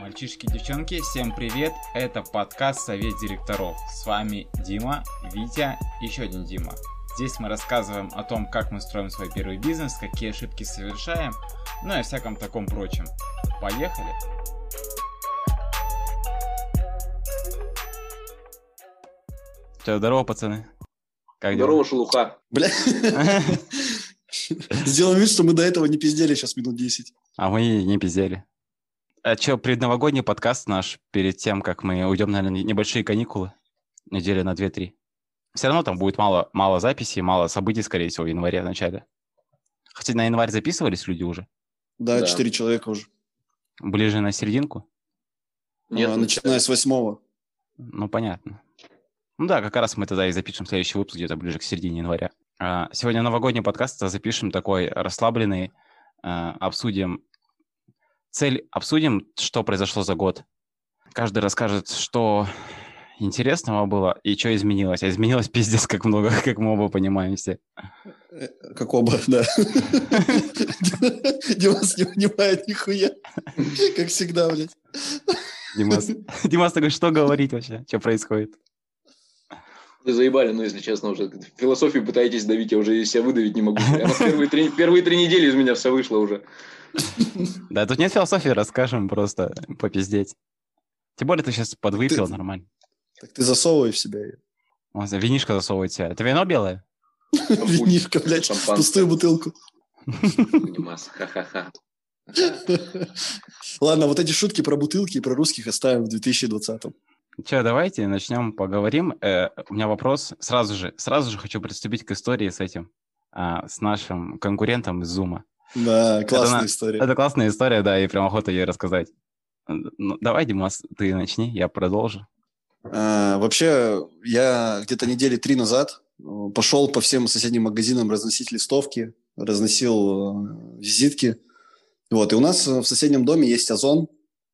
Мальчишки, девчонки, всем привет! Это подкаст «Совет директоров». С вами Дима, Витя и еще один Дима. Здесь мы рассказываем о том, как мы строим свой первый бизнес, какие ошибки совершаем, ну и о всяком таком прочем. Поехали! Че, здорово, пацаны. Как здорово, шелуха. Бля. Сделаем вид, что мы до этого не пиздели сейчас минут 10. А мы не пиздели. А что, предновогодний подкаст наш, перед тем, как мы уйдем, наверное, небольшие каникулы, недели на 2-3. Все равно там будет мало записей, мало событий, скорее всего, в январе в начале. Хотя на январь записывались люди уже? Да, 4 человека уже. Ближе на серединку? Нет, начиная с 8-го. Ну, понятно. Ну да, как раз мы тогда и запишем следующий выпуск где-то ближе к середине января. Сегодня новогодний подкаст запишем такой расслабленный, обсудим, что произошло за год. Каждый расскажет, что интересного было и что изменилось. А изменилось пиздец как много, как мы оба понимаем все. Как оба, да. Димас не понимает нихуя. Как всегда, блядь. Димас такой, что говорить вообще? Что происходит? Вы заебали, если честно, уже философию пытаетесь давить, я уже себя выдавить не могу. Первые 3 недели из меня все вышло уже. Да, тут нет философии, расскажем просто попиздеть. Тем более ты сейчас подвыпил нормально. Так ты засовывай в себя ее. Винишко засовывает в себя. Это вино белое? Винишко, блядь, в пустую бутылку. Ха-ха-ха. Ладно, вот эти шутки про бутылки и про русских оставим в 2020-м. Че, давайте начнем поговорим. У меня вопрос. Сразу же хочу приступить к истории с этим, с нашим конкурентом из Zoom. Да, классная история. Это классная история, да, и прям охота ее рассказать. Ну, давай, Димас, ты начни, я продолжу. Вообще, я где-то недели 3 назад пошел по всем соседним магазинам разносить листовки, разносил визитки. Вот, и у нас в соседнем доме есть Озон,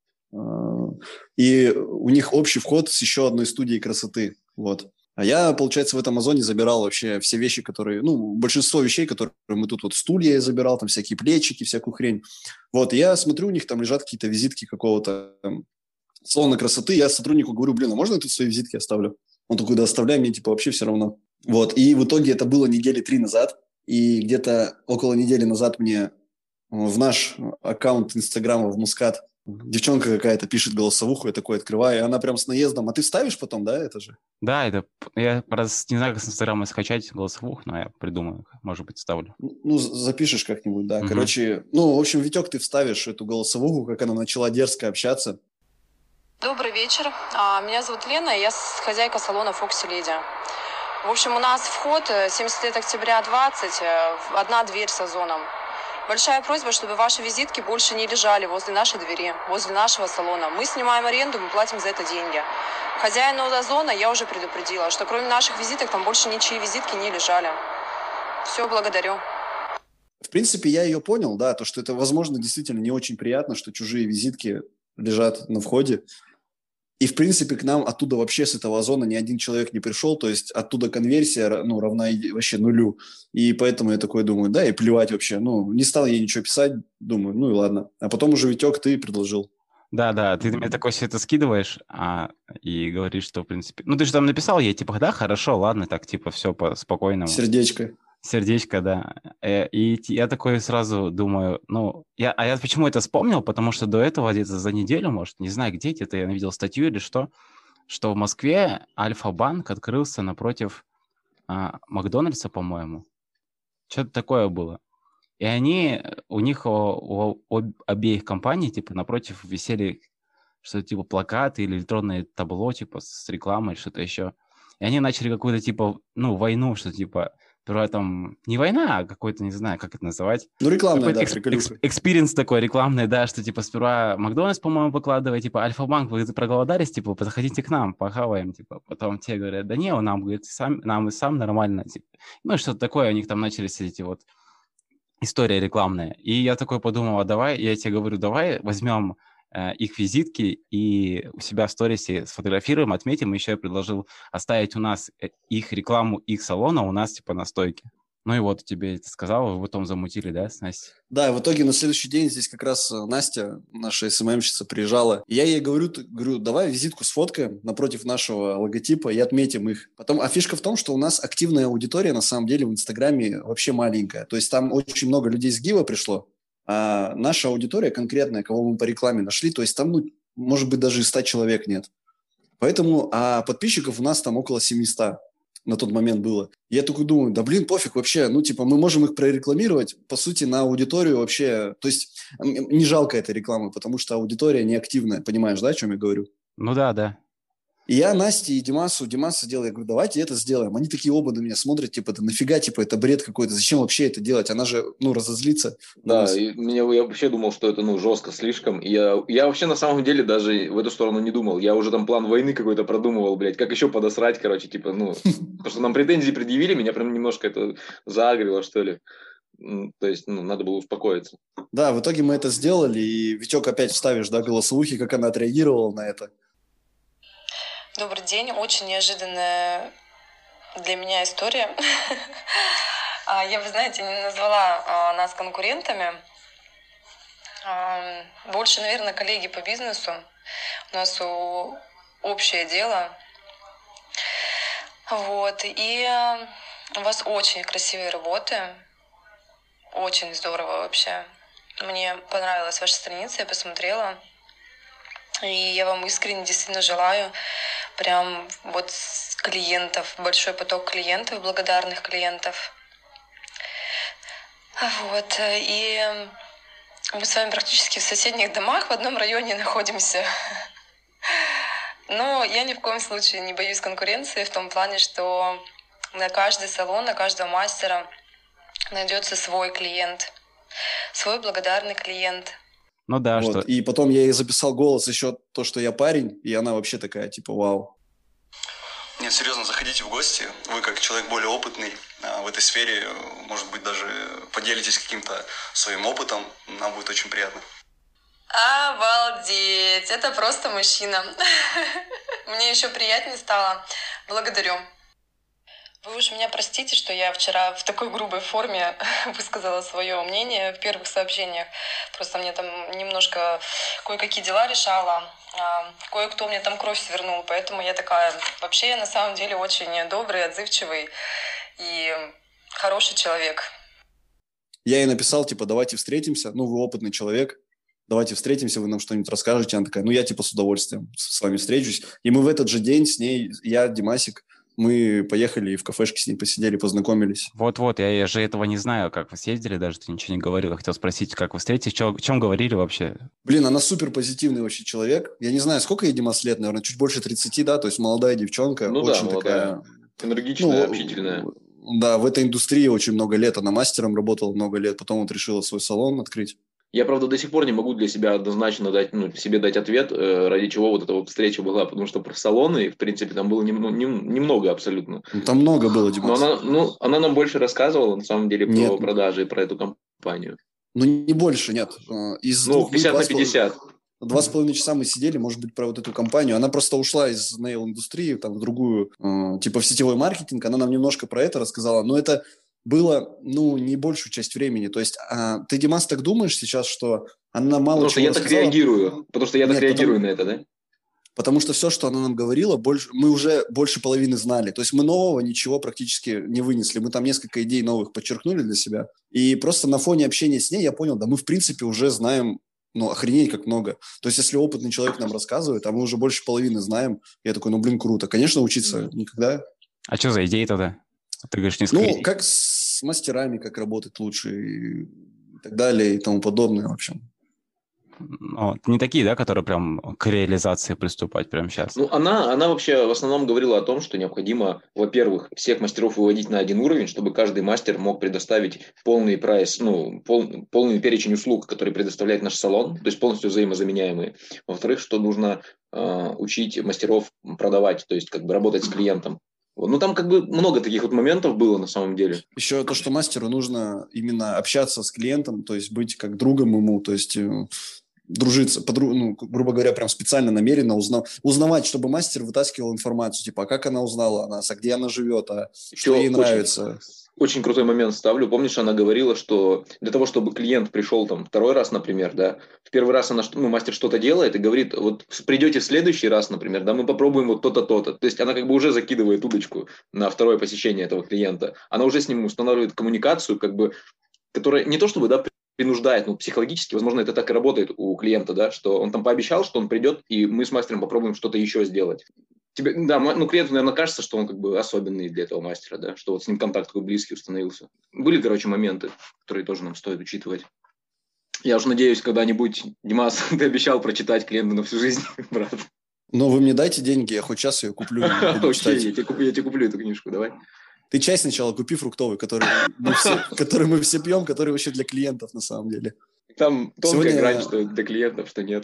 и у них общий вход с еще одной студией красоты. Вот. А я, получается, в этом Озоне забирал вообще все вещи, которые... Ну, большинство вещей, которые мы тут... Вот стулья я забирал, там всякие плечики, всякую хрень. Вот, и я смотрю, у них там лежат какие-то визитки какого-то салона красоты. Я сотруднику говорю, блин, а можно я тут свои визитки оставлю? Он такой, да, оставляй, мне типа вообще все равно. Вот, и в итоге это было недели 3 назад. И где-то около недели назад мне в наш аккаунт Инстаграма в Мускат девчонка какая-то пишет голосовуху, я такой открываю, и она прям с наездом. А ты вставишь потом, да, это же? Да, это... Я просто не знаю, как с Инстаграма скачать голосовух, но я придумаю, может быть, вставлю. Ну, запишешь как-нибудь, да. Короче, ну, в общем, Витек, ты вставишь эту голосовуху, как она начала дерзко общаться. Добрый вечер. Меня зовут Лена, я хозяйка салона Foxy Lady. В общем, у нас вход 70 лет октября 20, одна дверь с Озоном. Большая просьба, чтобы ваши визитки больше не лежали возле нашей двери, возле нашего салона. Мы снимаем аренду, мы платим за это деньги. Хозяину Озона я уже предупредила, что кроме наших визиток там больше ничьи визитки не лежали. Все, благодарю. В принципе, я ее понял, да, то, что это, возможно, действительно не очень приятно, что чужие визитки лежат на входе. И, в принципе, к нам оттуда вообще с этого Озона ни один человек не пришел, то есть оттуда конверсия, ну, равна вообще нулю. И поэтому я такой думаю, да, и плевать вообще. Ну, не стал я ничего писать, думаю, ну и ладно. А потом уже, Витек, ты предложил. Да, ты мне такое все это скидываешь и говоришь, что, в принципе... Ну, ты же там написал, я типа, да, хорошо, ладно, так, типа, все по-спокойному. Сердечко, да. И я такой сразу думаю, ну... Я почему это вспомнил? Потому что до этого где-то за неделю, может, не знаю, где-то я видел статью или что в Москве Альфа-банк открылся напротив Макдональдса, по-моему. Что-то такое было. И у них у обеих компаний, типа, напротив висели что-то типа плакаты или электронное табло, типа, с рекламой, что-то еще. И они начали какую-то, типа, ну, войну, что типа, первое там, не война, а какой-то, не знаю, как это называть. Ну, рекламная, да, приколюха. Экспириенс такой рекламный, да, что, типа, сперва Макдональдс, по-моему, выкладывает, типа, Альфа-банк, вы проголодались, типа, заходите к нам, похаваем, типа. Потом те говорят, да не, нам, говорит, нам и сам нормально, типа. Ну, что-то такое, у них там начались эти вот история рекламная. И я такой подумал, я тебе говорю, давай возьмем их визитки и у себя в сторисе сфотографируем, отметим. Еще я предложил оставить у нас их рекламу, их салона у нас типа на стойке. Ну и вот тебе это сказала, вы потом замутили, да, с Настей? Да, в итоге на следующий день здесь как раз Настя, наша СММщица, приезжала. И я ей говорю, давай визитку сфоткаем напротив нашего логотипа и отметим их. Потом, фишка в том, что у нас активная аудитория на самом деле в Инстаграме вообще маленькая. То есть там очень много людей с Гива пришло, а наша аудитория конкретная, кого мы по рекламе нашли, то есть там, ну, может быть, даже и 100 человек нет. Поэтому, а подписчиков у нас там около 700 на тот момент было. Я такой думаю, да блин, пофиг вообще, ну типа мы можем их прорекламировать, по сути, на аудиторию вообще, то есть не жалко этой рекламы, потому что аудитория неактивная, понимаешь, да, о чем я говорю? Ну да. И я Насте и Димасу делал, я говорю, давайте это сделаем. Они такие оба на меня смотрят, типа, да нафига, типа, это бред какой-то, зачем вообще это делать? Она же, ну, разозлится. Да, и я вообще думал, что это, ну, жестко слишком. И я вообще на самом деле даже в эту сторону не думал. Я уже там план войны какой-то продумывал, блядь, как еще подосрать, короче, типа, ну, потому что нам претензии предъявили, меня прям немножко это заагрило, что ли. То есть, ну, надо было успокоиться. Да, в итоге мы это сделали, и Витек опять вставишь, да, голосовухи, как она отреагировала на это. Добрый день. Очень неожиданная для меня история. Я, вы знаете, не назвала нас конкурентами. Больше, наверное, коллеги по бизнесу. У нас общее дело. Вот. И у вас очень красивые работы. Очень здорово вообще. Мне понравилась ваша страница, я посмотрела. И я вам искренне действительно желаю прям вот клиентов, большой поток клиентов, благодарных клиентов. Вот. И мы с вами практически в соседних домах в одном районе находимся. Но я ни в коем случае не боюсь конкуренции в том плане, что на каждый салон, на каждого мастера найдется свой клиент, свой благодарный клиент. Ну да, вот. Что... И потом я ей записал голос еще то, что я парень, и она вообще такая, типа, вау. Нет, серьезно, заходите в гости. Вы как человек более опытный в этой сфере, может быть, даже поделитесь каким-то своим опытом. Нам будет очень приятно. Обалдеть! Это просто мужчина. Мне еще приятнее стало. Благодарю. Вы уж меня простите, что я вчера в такой грубой форме высказала свое мнение в первых сообщениях. Просто мне там немножко кое-какие дела решала. Кое-кто мне там кровь свернул. Поэтому я такая... Вообще я на самом деле очень добрый, отзывчивый и хороший человек. Я ей написал, типа, давайте встретимся. Ну, вы опытный человек. Давайте встретимся, вы нам что-нибудь расскажете. Она такая, ну, я, типа, с удовольствием с вами встречусь. И мы в этот же день с ней, я, Димасик, мы поехали и в кафешке с ней посидели, познакомились. Вот-вот, я же этого не знаю, как вы съездили, даже ты ничего не говорил. Я хотел спросить, как вы встретились, о чем говорили вообще? Блин, она супер позитивный вообще человек. Я не знаю, сколько ей, Димас, лет, наверное, чуть больше 30, да, то есть молодая девчонка. Ну очень да, такая... Энергичная, общительная. Да, в этой индустрии очень много лет. Она мастером работала много лет, потом вот решила свой салон открыть. Я, правда, до сих пор не могу для себя однозначно дать, себе дать ответ, ради чего вот эта вот встреча была, потому что про салоны, в принципе, там было немного абсолютно. Там много было, Димас. Но она нам больше рассказывала, на самом деле, про продажи и про эту компанию. Ну, не больше, нет. 50 на 50. 2,5 часа мы сидели, может быть, про вот эту компанию. Она просто ушла из нейл-индустрии, там, в другую, типа в сетевой маркетинг. Она нам немножко про это рассказала, но это было, не большую часть времени. То есть ты, Димас, так думаешь сейчас, что она мало потому чего рассказала? Потому что я так реагирую на это, да? Потому что все, что она нам говорила, мы уже больше половины знали. То есть мы нового ничего практически не вынесли. Мы там несколько идей новых подчеркнули для себя. И просто на фоне общения с ней я понял, да мы, в принципе, уже знаем, охренеть как много. То есть если опытный человек нам рассказывает, а мы уже больше половины знаем, я такой, круто. Конечно, учиться никогда. А что за идеи тогда? Ты говоришь, несколько идей. Как с мастерами, как работать лучше и так далее, и тому подобное, в общем. Не такие, да, которые прям к реализации приступать прямо сейчас? Она вообще в основном говорила о том, что необходимо, во-первых, всех мастеров выводить на один уровень, чтобы каждый мастер мог предоставить полный прайс, полный перечень услуг, которые предоставляет наш салон, то есть полностью взаимозаменяемые. Во-вторых, что нужно учить мастеров продавать, то есть как бы работать с клиентом. Там как бы много таких вот моментов было на самом деле. Еще то, что мастеру нужно именно общаться с клиентом, то есть быть как другом ему, то есть дружиться, ну, грубо говоря, прям специально, намеренно узнавать, чтобы мастер вытаскивал информацию, типа, а как она узнала о нас, а где она живет, а что ей нравится. Очень крутой момент ставлю. Помнишь, она говорила, что для того, чтобы клиент пришел там второй раз, например, да, в первый раз мастер что-то делает и говорит, вот придете в следующий раз, например, да, мы попробуем вот то-то, то-то. То есть она как бы уже закидывает удочку на второе посещение этого клиента. Она уже с ним устанавливает коммуникацию, как бы, которая не то чтобы, да, принуждает, но психологически, возможно, это так и работает у клиента, да, что он там пообещал, что он придет, и мы с мастером попробуем что-то еще сделать. Клиенту, наверное, кажется, что он как бы особенный для этого мастера, да, что вот с ним контакт такой близкий установился. Были, короче, моменты, которые тоже нам стоит учитывать. Я уж надеюсь, когда-нибудь, Димас, ты обещал прочитать клиенту на всю жизнь, брат. Ну, вы мне дайте деньги, я хоть сейчас ее куплю. Окей, я тебе куплю эту книжку, давай. Ты чай сначала купи фруктовый, который мы все пьем, который вообще для клиентов на самом деле. Там тонкая грань, что для клиентов, что нет.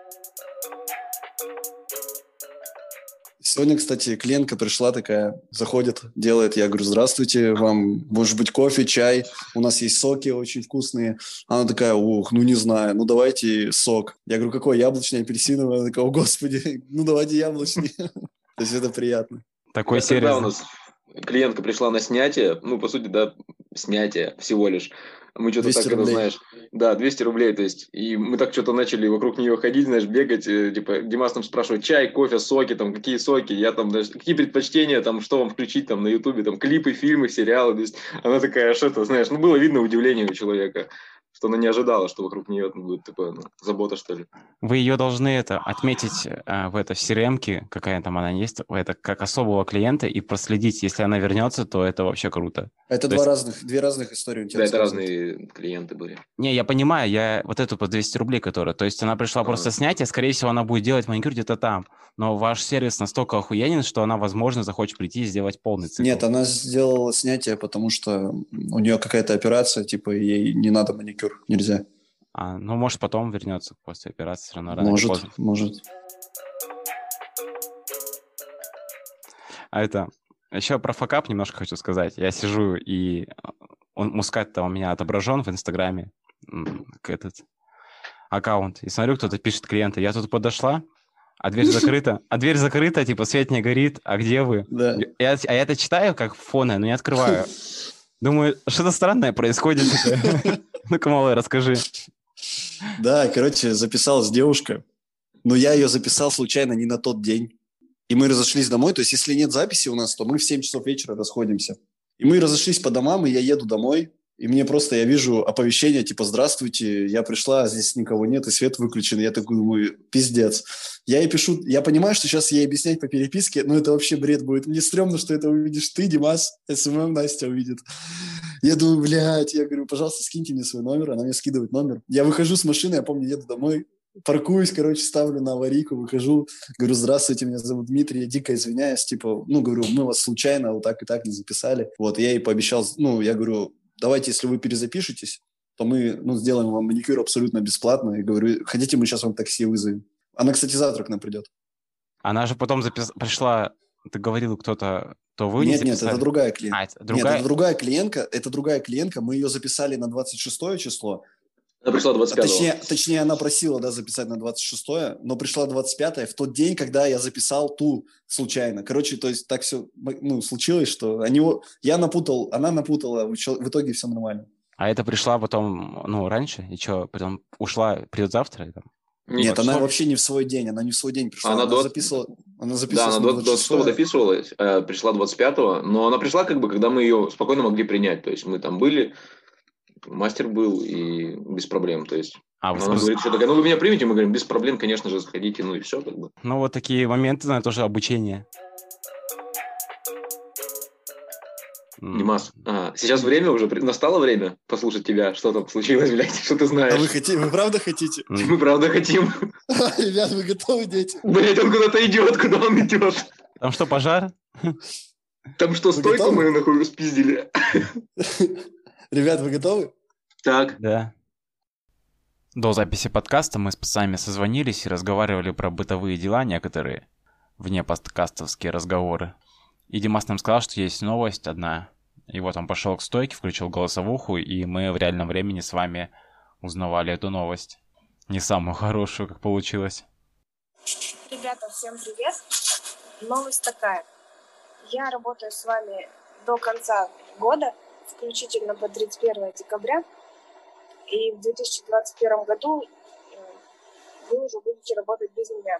Сегодня, кстати, клиентка пришла такая, заходит, делает. Я говорю, здравствуйте, вам может быть кофе, чай, у нас есть соки очень вкусные. Она такая, ну не знаю, ну давайте сок. Я говорю, какой, яблочный, апельсиновый? Она такая, о господи, ну давайте яблочный. То есть это приятно. Такой сервис. У нас клиентка пришла на снятие, ну по сути, да, снятие всего лишь. Мы что-то так, это, знаешь, да, 200 рублей, то есть, и мы так что-то начали вокруг нее ходить, знаешь, бегать, типа, Димас там спрашивает, чай, кофе, соки, там, какие соки, я там, даже, какие предпочтения, там, что вам включить, там, на ютубе, там, клипы, фильмы, сериалы, то есть, она такая, что это, знаешь, ну, было видно удивление у человека, что она не ожидала, что вокруг нее будет такая забота, что ли. Вы ее должны отметить в CRM-ке, какая там она есть, это как особого клиента, и проследить. Если она вернется, то это вообще круто. Это две разных истории. Да, это разные клиенты были. Не, я понимаю, я вот эту по 200 рублей, которая, то есть она пришла просто снять, и, скорее всего, она будет делать маникюр где-то там. Но ваш сервис настолько охуенен, что она, возможно, захочет прийти и сделать полный цикл. Нет, она сделала снятие, потому что у нее какая-то операция, типа, ей не надо маникюр, нельзя. Ну, может, потом вернется после операции, все равно рано или поздно. Может. А это... Еще про факап немножко хочу сказать. Я сижу, и Мускат-то у меня отображен в Инстаграме, этот аккаунт. И смотрю, кто-то пишет клиента. Я тут подошла, а дверь закрыта. А дверь закрыта, типа, свет не горит. А где вы? Да. Я это читаю как фоны, но не открываю. Думаю, что-то странное происходит. Ну-ка, малой, расскажи. Да, короче, записалась девушка, но я ее записал случайно не на тот день. И мы разошлись домой. То есть, если нет записи у нас, то мы в 7 часов вечера расходимся. И мы разошлись по домам, и я еду домой. И мне просто, я вижу оповещение, типа, здравствуйте, я пришла, а здесь никого нет, и свет выключен. Я такой думаю, пиздец. Я ей пишу, я понимаю, что сейчас ей объяснять по переписке, но это вообще бред будет. Мне стрёмно, что это увидишь ты, Димас, СММ Настя увидит. Я думаю, блядь, я говорю, пожалуйста, скиньте мне свой номер. Она мне скидывает номер. Я выхожу с машины, я помню, еду домой. Паркуюсь, короче, ставлю на аварийку, выхожу, говорю, здравствуйте, меня зовут Дмитрий, я дико извиняюсь, типа, говорю, мы вас случайно вот так и так не записали. Вот, я ей пообещал, я говорю, давайте, если вы перезапишетесь, то мы, сделаем вам маникюр абсолютно бесплатно. И говорю, хотите, мы сейчас вам такси вызовем. Она, кстати, завтра к нам придет. Она же потом пришла, ты говорил, кто-то, то вы не записали? Нет, это другая клиентка. Другая? Нет, это другая клиентка, мы ее записали на 26 число. Она пришла 25-го. Точнее, она просила, записать на 26-е, но пришла 25-е, в тот день, когда я записал ту случайно. Короче, то есть так все, случилось, что я напутал, она напутала, в итоге все нормально. А это пришла потом, раньше? И что, потом ушла, придет завтра? Нет, она вообще не в свой день, она не в свой день пришла. Она записывала. Да, она 26-го дописывалась, пришла 25-го, но она пришла, когда мы ее спокойно могли принять. То есть мы там были, мастер был, и без проблем, то есть она говорит, что такая, вы меня примете? Мы говорим, без проблем, конечно же, заходите, и все, вот такие моменты, наверное, тоже обучение. Димас, сейчас время уже, настало время послушать тебя, что там случилось, блядь, что ты знаешь. А вы правда хотите? Мы правда хотим. Ребят, вы готовы, дети? Блядь, он куда-то идет, куда он идет? Там что, пожар? Там что, стойку мы нахуй спиздили? Ребят, вы готовы? Так. Да. До записи подкаста мы с пацанами созвонились и разговаривали про бытовые дела некоторые, вне подкастовские разговоры. И Димас нам сказал, что есть новость одна. И вот он пошел к стойке, включил голосовуху, и мы в реальном времени с вами узнавали эту новость. Не самую хорошую, как получилось. Ребята, всем привет. Новость такая. Я работаю с вами до конца года, включительно по 31 декабря. И в 2021 году вы уже будете работать без меня.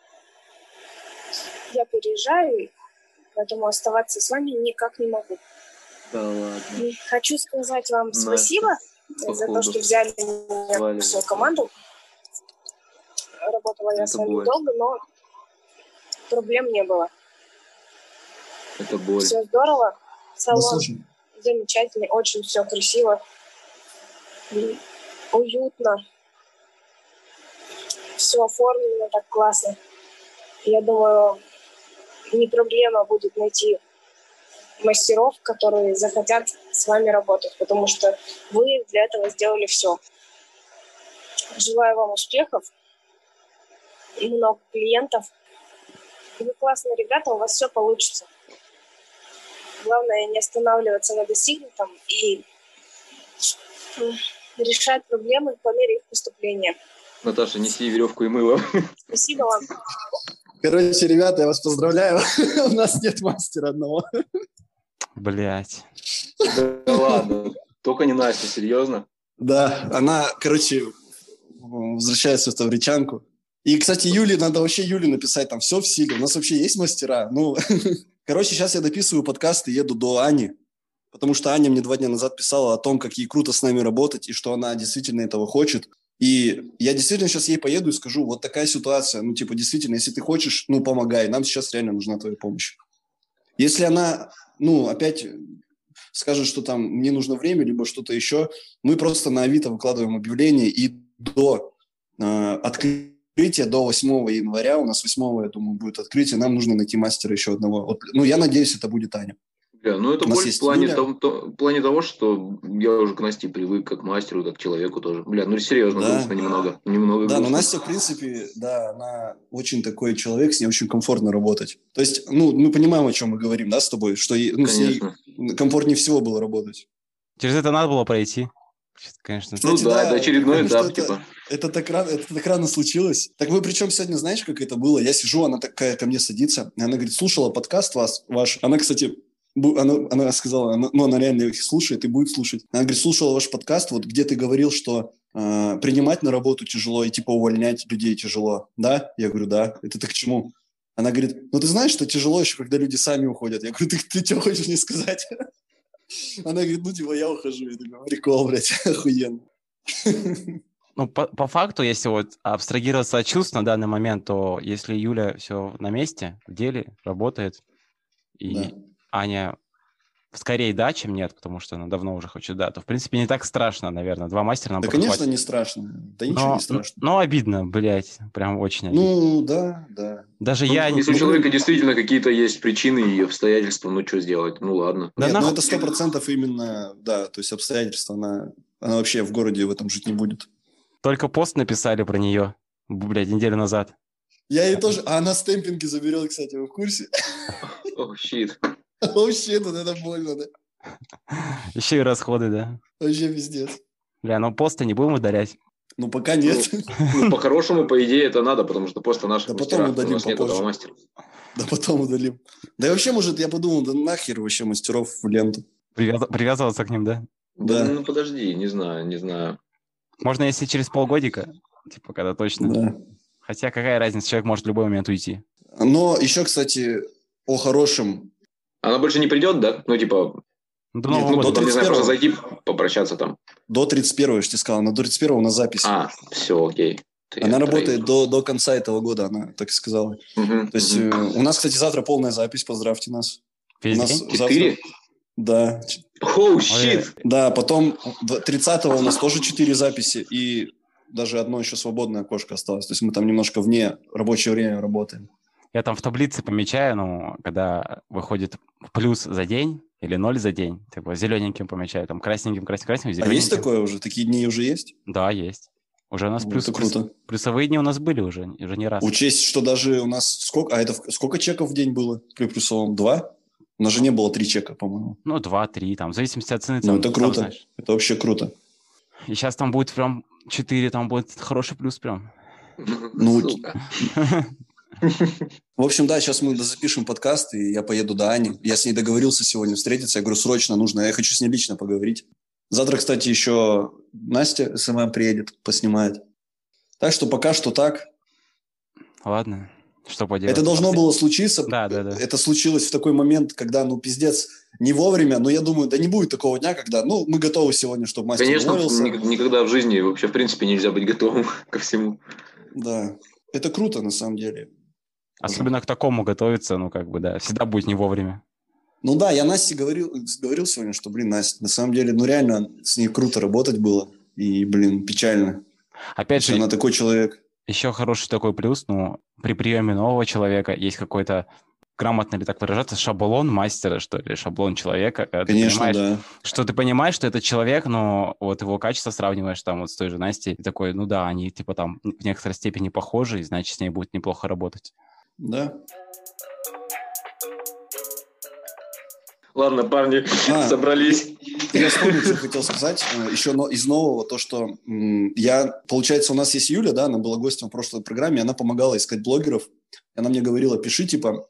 Я переезжаю, поэтому оставаться с вами никак не могу. Да ладно. Хочу сказать вам спасибо за то, что взяли меня в свою команду. Работала я с вами долго, но проблем не было. Это боль. Все здорово. Салон замечательный, очень все красиво. Уютно. Все оформлено так классно. Я думаю, не проблема будет найти мастеров, которые захотят с вами работать, потому что вы для этого сделали все. Желаю вам успехов и много клиентов. Вы классные ребята, у вас все получится. Главное не останавливаться на достигнутом и решать проблемы по мере их поступления. Наташа, неси веревку и мыло. Спасибо вам. Короче, ребята, я вас поздравляю. У нас нет мастера одного. Блять. Да ладно. Только не Настя, серьезно? Да, она, короче, возвращается в Тавричанку. И, кстати, надо вообще Юле написать, там все в силе. У нас вообще есть мастера. Ну, короче, сейчас я дописываю подкаст и еду до Ани, потому что Аня мне 2 дня назад писала о том, как ей круто с нами работать, и что она действительно этого хочет. И я действительно сейчас ей поеду и скажу, вот такая ситуация, ну, типа, действительно, если ты хочешь, ну, помогай, нам сейчас реально нужна твоя помощь. Если она, ну, опять скажет, что там мне нужно время, либо что-то еще, мы просто на Авито выкладываем объявление, и до открытия, до 8 января, у нас 8, я думаю, будет открытие, нам нужно найти мастера еще одного. Вот, ну, я надеюсь, это будет Аня. Бля, ну это боль в плане того, что я уже к Насте привык как к мастеру, как к человеку тоже. Бля, ну серьезно, да. Грустно немного да, грустно. но Настя, в принципе, да, она очень такой человек, с ней очень комфортно работать. То есть, ну, мы понимаем, о чем мы говорим, да, с тобой, что ну, с ней комфортнее всего было работать. Через это надо было пройти. Конечно. Кстати, ну да, это очередной этап, типа. Это так рано случилось. Так вы причем сегодня, знаешь, как это было? Я сижу, она такая ко мне садится, и она говорит, слушала подкаст ваш. Она, кстати... Она сказала, она реально их слушает и будет слушать. Она говорит, слушала ваш подкаст, вот где ты говорил, что принимать на работу тяжело и типа увольнять людей тяжело. Да? Я говорю, да. Это ты к чему? Она говорит, ну ты знаешь, что тяжело еще, когда люди сами уходят. Я говорю, ты что хочешь мне сказать? Она говорит, ну типа я ухожу. Я такой, прикол, блядь, охуенно. Ну, по факту, если вот абстрагироваться от чувств на данный момент, то если Юля все на месте, в деле, работает, и... Да. Аня скорее да, чем нет, потому что она давно уже хочет да, то в принципе не так страшно, наверное. 2 мастера нам конечно, хватит. Не страшно. Да ничего не страшно. Но обидно, блядь, прям очень обидно. Ну, да. Даже ну, я... Если у человека действительно какие-то есть причины и обстоятельства, ну, что сделать? Ну, ладно. Да, нет, ну, это 100% именно, да, то есть обстоятельства, она вообще в городе в этом жить не будет. Только пост написали про нее, блядь, неделю назад. Я ей тоже... А она стемпинги заберет, кстати, вы в курсе? О, щит. Вообще, тут это больно, да? Еще и расходы, да? Вообще пиздец. Бля, ну посты не будем удалять? Ну, пока нет. Ну, по-хорошему, по идее, это надо, потому что просто наших мастеров, у нас нет этого мастера. Да потом удалим. Да и вообще, может, я подумал, да нахер вообще мастеров в ленту. Привязываться к ним, да? Да. Ну, подожди, не знаю. Можно, если через полгодика, типа, когда точно. Да. Хотя какая разница, человек может в любой момент уйти. Но еще, кстати, о хорошем... Она больше не придет, да? Ну, типа... До Нового года. Там, не знаю, просто зайти, попрощаться там. До 31-го, я же тебе сказал. До 31-го на запись. Все, окей. Она работает до конца этого года, она так и сказала. То есть у нас, кстати, завтра полная запись, поздравьте нас. Весь у нас день? 4? Да. Оу, щит! Да, потом 30-го у нас тоже 4 записи, и даже одно еще свободное окошко осталось. То есть мы там немножко вне рабочего времени работаем. Я там в таблице помечаю, ну, когда выходит плюс за день или 0 за день, типа зелененьким помечаю, там красненьким, зелененьким. А есть такое уже? Такие дни уже есть? Да, есть. Уже у нас круто. Плюсовые дни у нас были уже не раз. Учесть, что даже у нас сколько... А это сколько чеков в день было при плюсовом? 2? У нас же не было 3 чека, по-моему. Ну, 2-3, там, в зависимости от цены. Ну, это круто. Это вообще круто. И сейчас там будет прям 4, там будет хороший плюс прям. Ну, в общем, да, сейчас мы запишем подкаст, и я поеду до Ани. Я с ней договорился сегодня встретиться. Я говорю, срочно нужно. Я хочу с ней лично поговорить. Завтра, кстати, еще Настя СММ приедет, поснимает. Так что пока что так. Ладно, что поделать. Это должно было случиться. Да. Это случилось в такой момент, когда, пиздец, не вовремя. Но я думаю, да не будет такого дня, когда, мы готовы сегодня, чтобы мастер уволился. Конечно, никогда в жизни вообще, в принципе, нельзя быть готовым ко всему. Да, это круто, на самом деле. Особенно к такому готовиться, всегда будет не вовремя. Ну да, я Насте говорил сегодня, что, Настя, на самом деле, реально с ней круто работать было. И, печально. Опять же, она такой человек. Еще хороший такой плюс, при приеме нового человека есть какой-то, грамотно ли так выражаться, шаблон мастера, что ли, шаблон человека. Конечно, да. Что ты понимаешь, что это человек, но вот его качество сравниваешь там вот с той же Настей, и такой, они типа там в некоторой степени похожи, и значит, с ней будет неплохо работать. Да. Ладно, парни, собрались. Я вспомнил, что хотел сказать. Еще из нового, то, что получается, у нас есть Юля, да, она была гостем в прошлой программе, она помогала искать блогеров. Она мне говорила, пиши,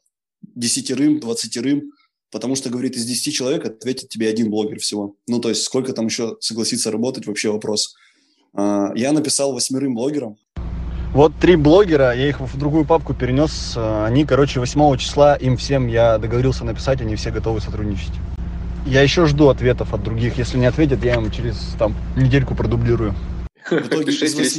10, 20, потому что, говорит, из 10 человек ответит тебе 1 блогер всего. То есть, сколько там еще согласится работать, вообще вопрос. Я написал 8 блогерам. Вот 3 блогера, я их в другую папку перенес. Они, 8 числа, им всем я договорился написать, они все готовы сотрудничать. Я еще жду ответов от других. Если не ответят, я им через недельку продублирую. В итоге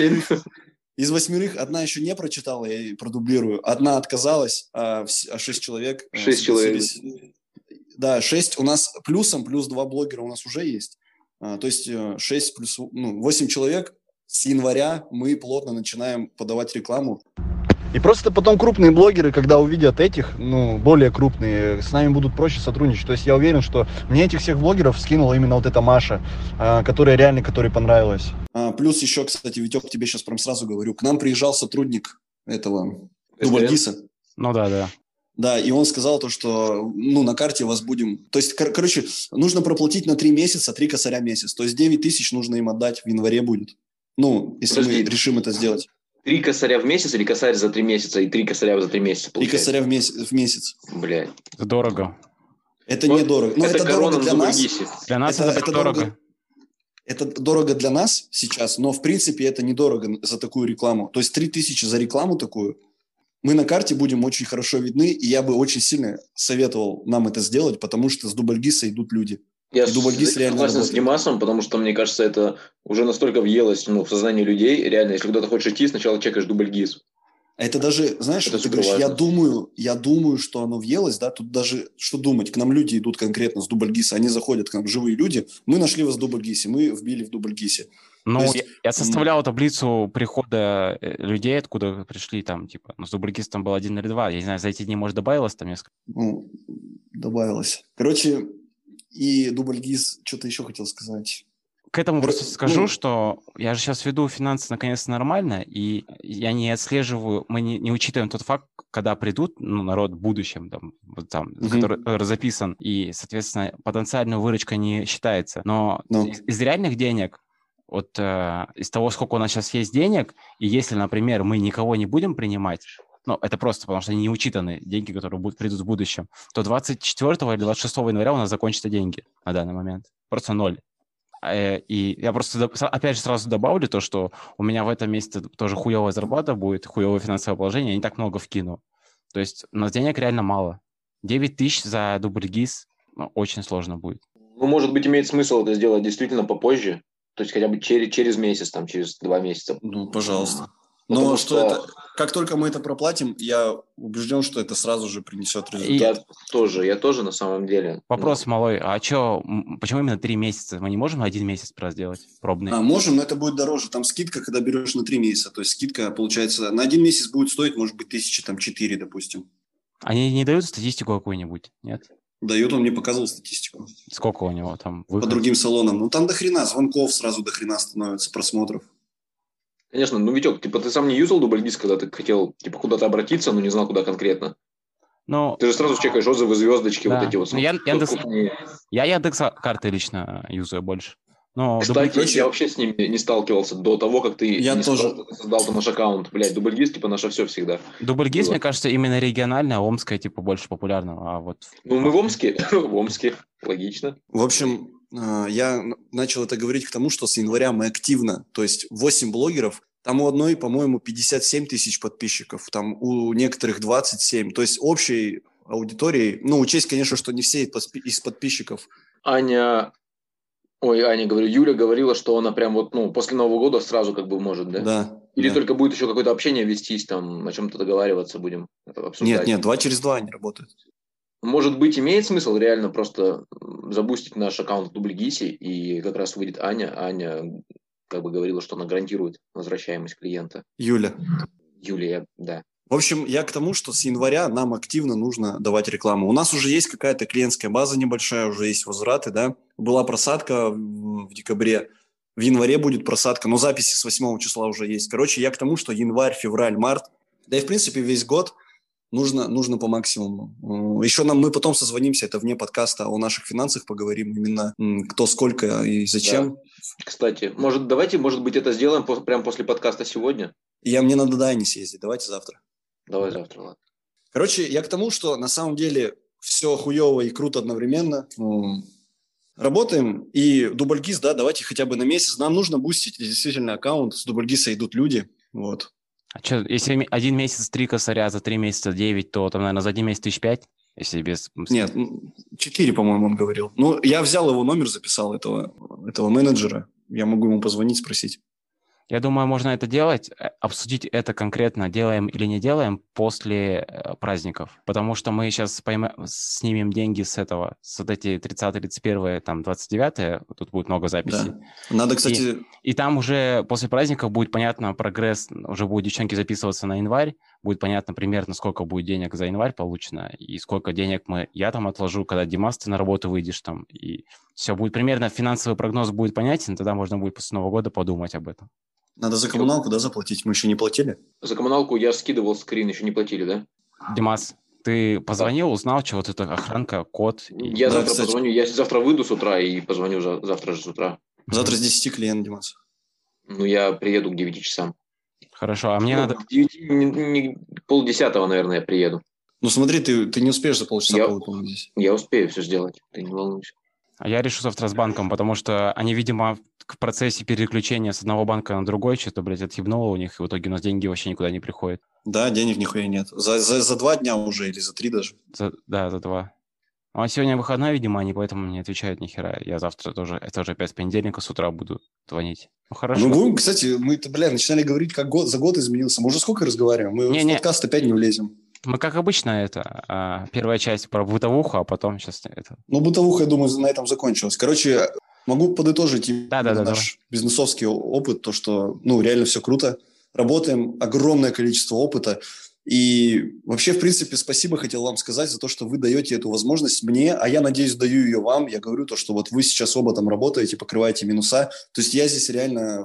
из 8 одна еще не прочитала, я ей продублирую. Одна отказалась, а 6 человек... 6 человек. Да, 6 у нас плюсом, плюс 2 блогера у нас уже есть. То есть 6 плюс... 8 человек. С января мы плотно начинаем подавать рекламу. И просто потом крупные блогеры, когда увидят этих, более крупные, с нами будут проще сотрудничать. То есть я уверен, что мне этих всех блогеров скинула именно вот эта Маша, которой понравилась. Плюс еще, кстати, Витек, тебе сейчас прям сразу говорю, к нам приезжал сотрудник этого Дубльгиса. Да. Да, и он сказал то, что, на карте вас будем... То есть, нужно проплатить на 3 месяца, 3 косаря в месяц. То есть 9 тысяч нужно им отдать в январе будет. Если мы решим это сделать. 3 косаря в месяц или косарь за 3 месяца и 3 косаря за 3 месяца? 3 косаря в месяц. Блядь. Это дорого. Это недорого. Это дорого для нас. Для нас это дорого. Это дорого для нас сейчас, но в принципе это недорого за такую рекламу. То есть 3000 за рекламу такую. Мы на карте будем очень хорошо видны, и я бы очень сильно советовал нам это сделать, потому что с Дубльгиса идут люди. Я согласен с Димасом, потому что, мне кажется, это уже настолько въелось в сознание людей. Реально, если куда-то хочешь идти, сначала чекаешь Дубльгиз. Это даже, знаешь, ты говоришь, я думаю, что оно въелось, да, тут даже, что думать, к нам люди идут конкретно с Дубльгиса, они заходят к нам, живые люди, мы нашли вас в Дубльгисе, мы вбили в Дубльгисе. Я составлял таблицу прихода людей, откуда пришли там, с Дубльгиса там был 1 или 2, я не знаю, за эти дни, может, добавилось там несколько? Добавилось. И Дубльгиз, что-то еще хотел сказать. К этому просто скажу, что я же сейчас веду финансы наконец-то нормально, и я не отслеживаю, мы не учитываем тот факт, когда придут, народ в будущем, который записан, и, соответственно, потенциальная выручка не считается. Но из реальных денег, из того, сколько у нас сейчас есть денег, и если, например, мы никого не будем принимать, это просто потому, что они не учитаны, деньги, которые придут в будущем, то 24 или 26 января у нас закончатся деньги на данный момент. Просто 0. И я просто, опять же, сразу добавлю то, что у меня в этом месяце тоже хуевая зарплата будет, хуевое финансовое положение, я не так много вкину. То есть у нас денег реально мало. 9 тысяч за Дубльгиз очень сложно будет. Может быть, имеет смысл это сделать действительно попозже, то есть хотя бы через месяц, через 2 месяца. Пожалуйста. Но как только мы это проплатим, я убежден, что это сразу же принесет результат. Я тоже на самом деле. Вопрос, малой, почему именно 3 месяца? Мы не можем на 1 месяц просто сделать пробный? Можем, но это будет дороже. Там скидка, когда берешь на 3 месяца. То есть скидка, получается, на 1 месяц будет стоить, может быть, 1004, допустим. Они не дают статистику какую-нибудь, нет? Дают, он мне показывал статистику. Сколько у него там выходов? По другим салонам. Там до хрена звонков сразу до хрена становится, просмотров. Конечно, Витек, ты сам не юзал Дубльгиз, когда ты хотел куда-то обратиться, но не знал, куда конкретно? Ты же сразу чекаешь отзывы, звездочки, да. вот эти вот. Я Яндекс карты лично юзаю больше. Но Кстати, я вообще с ним не сталкивался до того, как ты создал наш аккаунт. Блядь, Дубльгиз, типа, наше все всегда. Дубльгиз, мне кажется, именно региональное, а омское, типа, больше популярного. А вот... Ну, мы в Омске. В Омске. Логично. В общем, я начал это говорить к тому, что с января мы активно, то есть 8 блогеров, там у одной, по-моему, 57 тысяч подписчиков, там у некоторых 27. То есть общей аудитории, ну, учесть, конечно, что не все из подписчиков. Юля говорила, что она прям вот, ну, после Нового года сразу как бы может, да? Да. Или только будет еще какое-то общение вестись, там, о чем-то договариваться будем обсуждать? Нет, 2 через 2 они работают. Может быть, имеет смысл реально просто забустить наш аккаунт в Дубльгисе, и как раз выйдет Аня. Аня как бы говорила, что она гарантирует возвращаемость клиента. Юля, да. В общем, я к тому, что с января нам активно нужно давать рекламу. У нас уже есть какая-то клиентская база небольшая, уже есть возвраты, да. Была просадка в декабре, в январе будет просадка, но записи с 8 числа уже есть. Короче, я к тому, что январь, февраль, март, да и в принципе весь год нужно по максимуму. Еще мы потом созвонимся, это вне подкаста, о наших финансах поговорим, именно кто сколько и зачем. Да. Кстати, может быть, это сделаем прямо после подкаста сегодня? Мне надо до Ани съездить, давайте завтра. Давай завтра, ладно. Короче, я к тому, что на самом деле все хуево и круто одновременно. Работаем, и Дубльгиз, да, давайте хотя бы на месяц. Нам нужно бустить действительно аккаунт, с Дубльгиза идут люди, вот. А что, если 1 месяц 3 косаря, за 3 месяца 9, то там, наверное, за 1 месяц 5 тысяч, если без... Нет, 4, по-моему, он говорил. Ну, я взял его номер, записал этого менеджера. Я могу ему позвонить, спросить. Я думаю, можно это делать, обсудить это конкретно, делаем или не делаем после праздников. Потому что мы сейчас снимем деньги с вот эти 30, 31, там, 29, тут будет много записей. Да. Надо, кстати... И там уже после праздников будет понятно прогресс, уже будут девчонки записываться на январь, будет понятно примерно, сколько будет денег за январь получено, и сколько денег я там отложу, когда, Димас, ты на работу выйдешь там, и все будет примерно, финансовый прогноз будет понятен, тогда можно будет после Нового года подумать об этом. Надо за коммуналку, да, заплатить? Мы еще не платили? За коммуналку я скидывал скрин, еще не платили, да? Димас, ты позвонил, узнал, что вот эта охранка, код? Я завтра позвоню, я завтра выйду с утра и позвоню завтра же с утра. Завтра с 10 клиент, Димас. Ну, я приеду к 9 часам. Хорошо, а мне надо... К 9, 9:30, наверное, я приеду. Ну, смотри, ты не успеешь за полчаса по-выполнить здесь. Я успею все сделать, ты не волнуйся. А я решу завтра с банком, потому что они, видимо, в процессе переключения с одного банка на другой что-то, блядь, отъебнуло у них, и в итоге у нас деньги вообще никуда не приходят. Да, денег нихуя нет. За 2 дня уже или за 3 даже. За 2. А сегодня выходной, видимо, они поэтому не отвечают ни хера. Я завтра тоже, это уже опять с понедельника с утра буду звонить. Ну, хорошо. Мы будем, кстати, начинали говорить, как за год изменился. Мы уже сколько разговариваем? Мы в подкаст опять не влезем. Мы, как обычно, первая часть про бытовуху, а потом сейчас это... Ну, бытовуха, я думаю, на этом закончилась. Короче, могу подытожить наш бизнесовский опыт, то, что, реально все круто. Работаем, огромное количество опыта. И вообще, в принципе, спасибо хотел вам сказать за то, что вы даете эту возможность мне, а я, надеюсь, даю ее вам. Я говорю то, что вот вы сейчас оба там работаете, покрываете минуса. То есть я здесь реально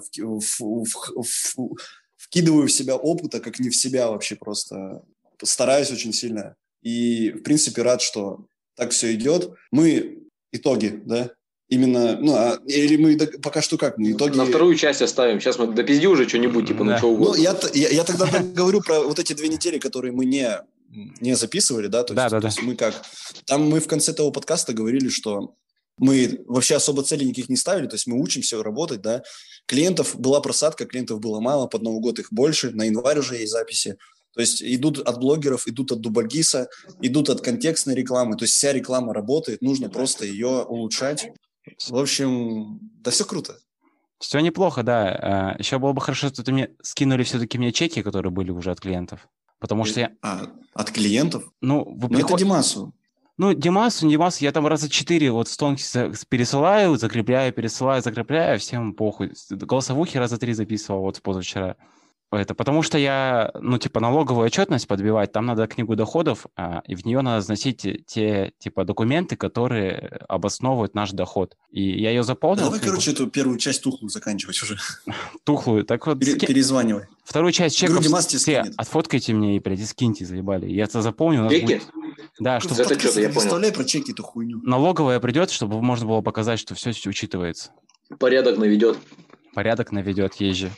вкидываю в себя опыта, как не в себя вообще просто... Стараюсь очень сильно. И, в принципе, рад, что так все идет. Мы итоги, да? Именно, или мы пока что как? Мы итоги... На вторую часть оставим. Сейчас мы допизди уже что-нибудь, типа, ну что угодно. Я тогда говорю про вот эти 2 недели, которые мы не записывали, да? То есть мы как... Там мы в конце того подкаста говорили, что мы вообще особо целей никаких не ставили, то есть мы учимся работать, да? Клиентов была просадка, клиентов было мало, под Новый год их больше, на январь уже есть записи. То есть идут от блогеров, идут от Дубльгиза, идут от контекстной рекламы. То есть вся реклама работает, нужно просто ее улучшать. В общем, да все круто. Все неплохо, да. Еще было бы хорошо, что ты скинули все-таки мне чеки, которые были уже от клиентов. Потому что я... От клиентов? Это Димасу. Димасу, я там раза 4 вот стонки пересылаю, закрепляю, пересылаю, закрепляю, всем похуй. Голосовухи раза 3 записывал вот позавчера. Потому что я, налоговую отчетность подбивать, там надо книгу доходов, и в нее надо заносить те, документы, которые обосновывают наш доход. И я ее заполнил. Давай, эту первую часть тухлую заканчивать уже. Тухлую? Так вот... Перезванивай. Вторую часть чеков все отфоткайте мне и, блядь, и скиньте, заебали. Я это заполню. Чеки? Да, чтобы... Это что-то я понял. Представляй про чеки эту хуйню. Налоговая придет, чтобы можно было показать, что все учитывается. Порядок наведет. Порядок наведет, езжи.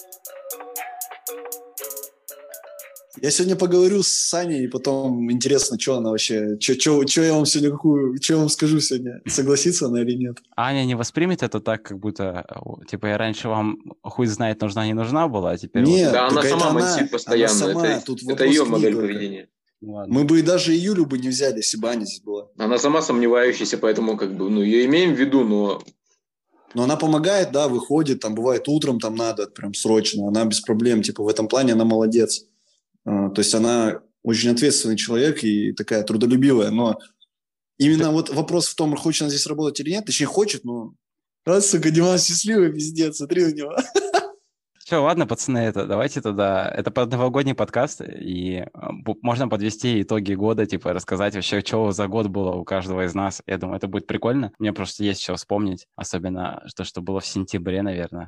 Я сегодня поговорю с Саней, и потом интересно, что она вообще, что я вам сегодня что я вам скажу сегодня, согласится она или нет. Аня не воспримет это так, как будто, типа, я раньше вам хуй знает, нужна, не нужна была, а теперь... Нет, да, она сама мансит постоянно, сама, это ее модель поведения. Ладно. Мы бы даже и Юлю бы не взяли, если бы Аня здесь была. Она сама сомневающаяся, поэтому как бы, ее имеем в виду, но... Но она помогает, да, выходит, там бывает утром там надо, прям срочно, она без проблем, типа в этом плане она молодец. То есть она очень ответственный человек и такая трудолюбивая, но именно вот вопрос в том, хочет она здесь работать или нет, точнее хочет, но раз, сука, Димас счастливый, пиздец, смотри на него. Все, ладно, пацаны, давайте тогда... Это новогодний подкаст, и можно подвести итоги года, типа рассказать вообще, что за год было у каждого из нас. Я думаю, это будет прикольно. Мне просто есть что вспомнить, особенно то, что было в сентябре, наверное.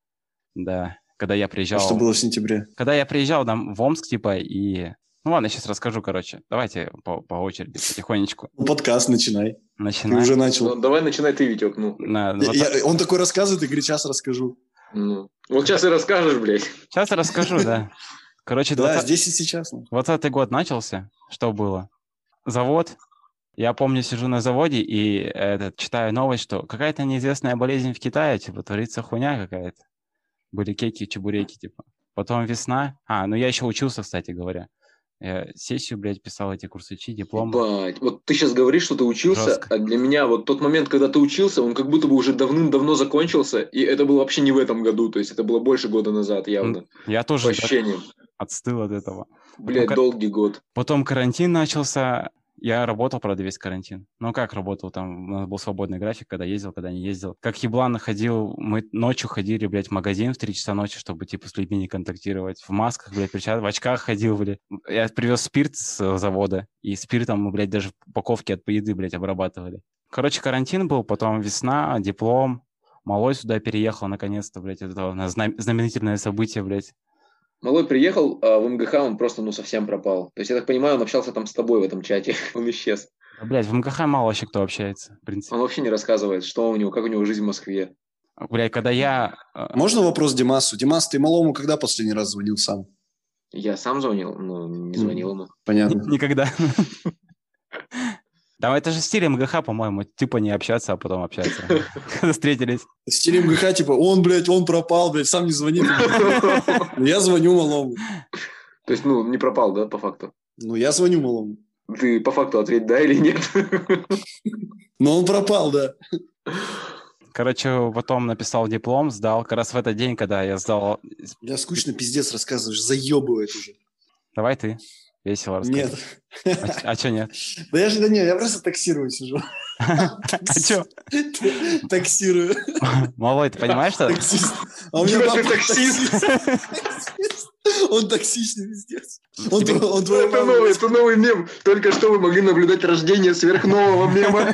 Да, когда я приезжал... Что было в сентябре? Когда я приезжал в Омск, типа, и... Ну ладно, сейчас расскажу, короче. Давайте по очереди, потихонечку. Подкаст начинай. Начинай. Ты уже начал. Ну, давай начинай ты, Витек. Ну. Он такой рассказывает и говорит, сейчас расскажу. Ну. Вот сейчас и расскажешь, блядь. Сейчас я расскажу, да. Короче, да, здесь и сейчас. 20-й год начался. Что было? Завод. Я помню, сижу на заводе и читаю новость, что какая-то неизвестная болезнь в Китае, типа, творится хуйня какая-то. Были кеки, чебуреки, типа. Потом весна. Ну я еще учился, кстати говоря. Я сессию, блядь, писал, эти курсачи, диплом. Ебать. Вот ты сейчас говоришь, что ты учился, Жестко. а для меня вот тот момент, когда ты учился, он как будто бы уже давным-давно закончился, и это было вообще не в этом году, то есть это было больше года назад явно. Я тоже по ощущениям. Отстыл от этого. Блядь, долгий год. Потом карантин начался. Я работал, правда, весь карантин. Ну, как работал? Там у нас был свободный график, когда ездил, когда не ездил. Как еблан ходил, мы ночью ходили, блядь, в магазин в 3 часа ночи, чтобы, типа, с людьми не контактировать. В масках, блядь, в очках ходил, блядь. Я привез спирт с завода, и спиртом мы, блядь, даже упаковки от еды, блядь, обрабатывали. Короче, карантин был, потом весна, диплом. Малой сюда переехал, наконец-то, блядь, это знаменательное событие, блядь. Малой приехал, а в МГХ он просто, совсем пропал. То есть, я так понимаю, он общался там с тобой в этом чате. Он исчез. Блядь, в МГХ мало вообще кто общается, в принципе. Он вообще не рассказывает, что у него, как у него жизнь в Москве. Блядь, когда я... Можно вопрос Димасу? Димас, ты малому когда последний раз звонил сам? Я сам звонил, но не звонил ему. Понятно. Никогда. Там это же стиль МГХ, по-моему, типа не общаться, а потом общаться. Когда встретились. Стиль МГХ, типа, он пропал, блядь, сам не звонит. Я звоню малому. То есть, не пропал, да, по факту? Я звоню малому. Ты по факту ответь, да или нет? Но он пропал, да. Короче, потом написал диплом, сдал. Как раз в этот день, когда я сдал... Я скучно пиздец рассказываешь, заебывает уже. Давай ты. Весело рассказывай. Нет. А что нет? Да я просто таксирую сижу. А что? Таксирую. Малой, ты понимаешь, что... Таксист. А у меня папа таксист. Он токсичный, пиздец. Это новый мем. Только что вы могли наблюдать рождение сверхнового мема.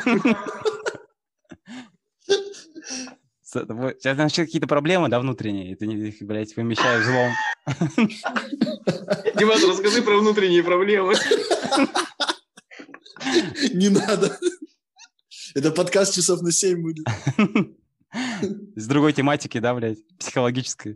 Сейчас вообще какие-то проблемы, да, внутренние, и ты их, блядь, вымещаешь злом. Димас, расскажи про внутренние проблемы. Не надо. Это подкаст часов на 7 будет. С другой тематики, да, блядь, психологической.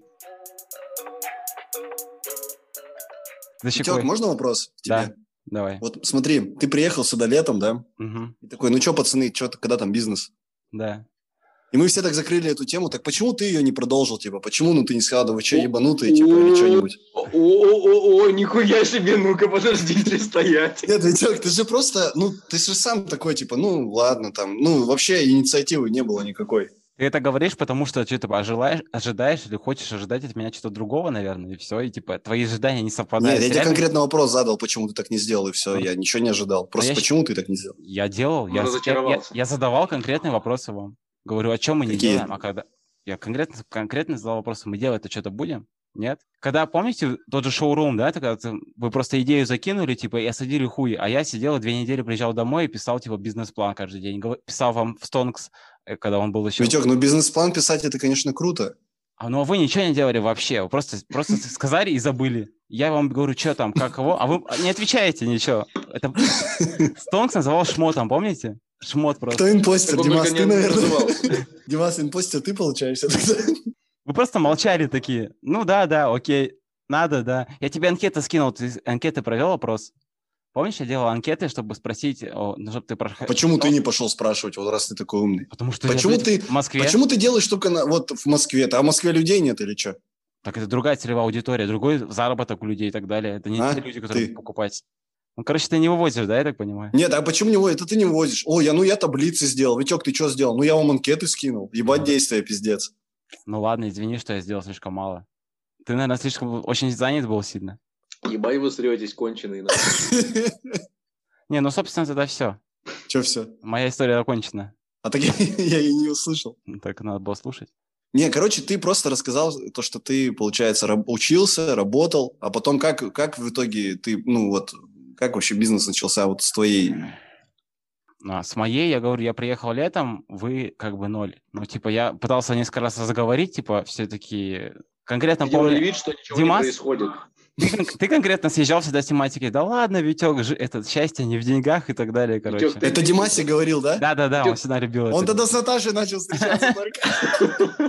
Витек, можно вопрос к тебе? Да, давай. Вот смотри, ты приехал сюда летом, да? Угу. И такой, что, пацаны, когда там бизнес? Да. И мы все так закрыли эту тему. Так почему ты ее не продолжил? Типа, почему ты не сказал, да вы что, ебанутые, типа, или что-нибудь? О, нихуя себе, ну-ка, подождите стоять. Нет, Витек, ты же просто, ты же сам такой, типа, ладно, там, вообще инициативы не было никакой. Ты это говоришь, потому что что-то ожидаешь или хочешь ожидать от меня что-то другого, наверное, и все, и типа твои ожидания не совпадают. Нет, я тебе конкретно вопрос задал, почему ты так не сделал, и все, я ничего не ожидал. Просто почему ты так не сделал? Я делал, я задавал конкретные вопросы вам. Говорю, о чем мы не делаем, а когда... Я конкретно задал вопрос, мы делать-то что-то будем? Нет? Когда, помните, тот же шоурум, да, когда вы просто идею закинули, типа, и осадили хуй, а я сидел 2 недели, приезжал домой и писал, типа, бизнес-план каждый день. Писал вам в Стонкс, когда он был еще... Витек, бизнес-план писать, это, конечно, круто. А вы ничего не делали вообще, вы просто сказали и забыли. Я вам говорю, что там, как, кого, а вы не отвечаете ничего. Это Стонкс называл шмотом, помните? шмот просто. Кто импостер? Димас, ты, наверное. Димас, импостер ты получаешься? Вы просто молчали такие. Ну да, окей. Надо, да. Я тебе анкеты скинул. Ты анкеты провел опрос? Помнишь, я делал анкеты, чтобы спросить, чтобы ты проходил. Почему ты не пошел спрашивать, вот раз ты такой умный? Потому что почему ты в Москве. Почему ты делаешь только вот в Москве? А в Москве людей нет или что? Так это другая целевая аудитория, другой заработок у людей и так далее. Это не те люди, которые будут покупать. Ну, короче, ты не вывозишь, да, я так понимаю? Нет, а почему не вывозишь? Это ты не вывозишь. Я таблицы сделал. Витек, ты что сделал? Я вам анкеты скинул. Ебать действия, пиздец. Ну ладно, извини, что я сделал слишком мало. Ты, наверное, слишком очень занят был сильно. Ебать вы сретесь, конченые. Не, ну, собственно, тогда все. Че все? Моя история окончена. А так я и не услышал. Так надо было слушать. Не, короче, ты просто рассказал то, что ты, получается, учился, работал, а потом как в итоге ты, как вообще бизнес начался вот с твоей... С моей, я говорю, я приехал летом, вы как бы ноль. Ну, типа, я пытался несколько раз заговорить, типа, все-таки конкретно помню... вид, что ничего Димас, не происходит. Ты конкретно съезжал всегда с тематики. Да ладно, Витек, это счастье не в деньгах и так далее, короче. Витек, это Димасе говорил, да? Да, Витек, он всегда любил это. Он тогда с Наташей начал встречаться только.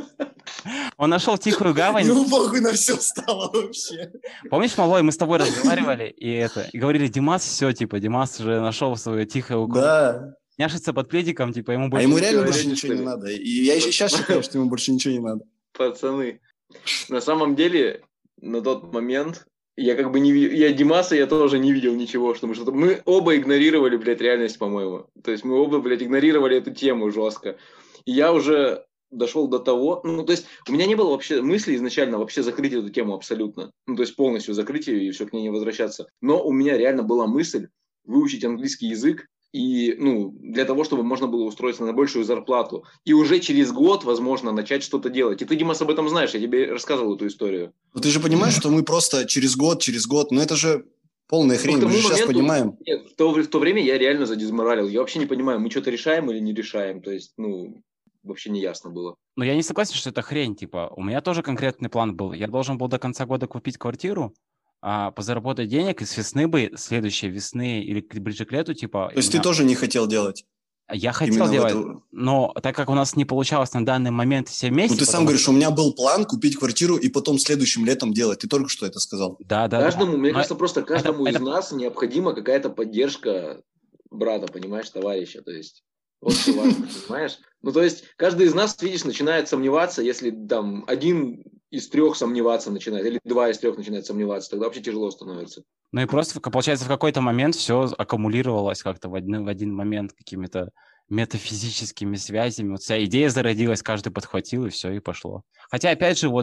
Он нашел тихую гавань. Ему похуй на все стало вообще. Помнишь, малой, мы с тобой разговаривали и говорили, Димас, все, типа, Димас уже нашел свое тихое укол. Да. Няшится под пледиком, типа, ему больше... А ему реально больше ничего не надо. И я еще сейчас считаю, что ему больше ничего не надо. Пацаны, на самом деле, на тот момент... Я как бы не видел, я Димаса, я тоже не видел ничего, что мы оба игнорировали, блядь, реальность, по-моему. То есть мы оба, блядь, игнорировали эту тему жестко. И я уже дошел до того, то есть у меня не было вообще мысли изначально вообще закрыть эту тему абсолютно. То есть полностью закрыть ее и все к ней не возвращаться. Но у меня реально была мысль выучить английский язык, и, для того, чтобы можно было устроиться на большую зарплату. И уже через год, возможно, начать что-то делать. И ты, Димас, об этом знаешь, я тебе рассказывал эту историю. Но ты же понимаешь, что мы просто через год, это же полная хрень, мы же сейчас понимаем. Нет, в то время я реально задизморалил. Я вообще не понимаю, мы что-то решаем или не решаем. То есть, вообще не ясно было. Но я не согласен, что это хрень, типа, у меня тоже конкретный план был. Я должен был до конца года купить квартиру, позаработать денег, и с весны следующей весны или ближе к лету, типа... То есть ты тоже не хотел делать? Я хотел делать, но так как у нас не получалось на данный момент все вместе... ты сам говоришь, у меня был план купить квартиру и потом следующим летом делать. Ты только что это сказал. Да. Мне кажется, просто каждому из нас необходима какая-то поддержка брата, понимаешь, товарища, то есть... Вот что важно, понимаешь? То есть каждый из нас, видишь, начинает сомневаться, если там 1 из 3 сомневаться начинает, или 2 из 3 начинает сомневаться, тогда вообще тяжело становится. И просто, получается, в какой-то момент все аккумулировалось как-то в один момент какими-то метафизическими связями. Вот вся идея зародилась, каждый подхватил, и все, и пошло. Хотя, опять же,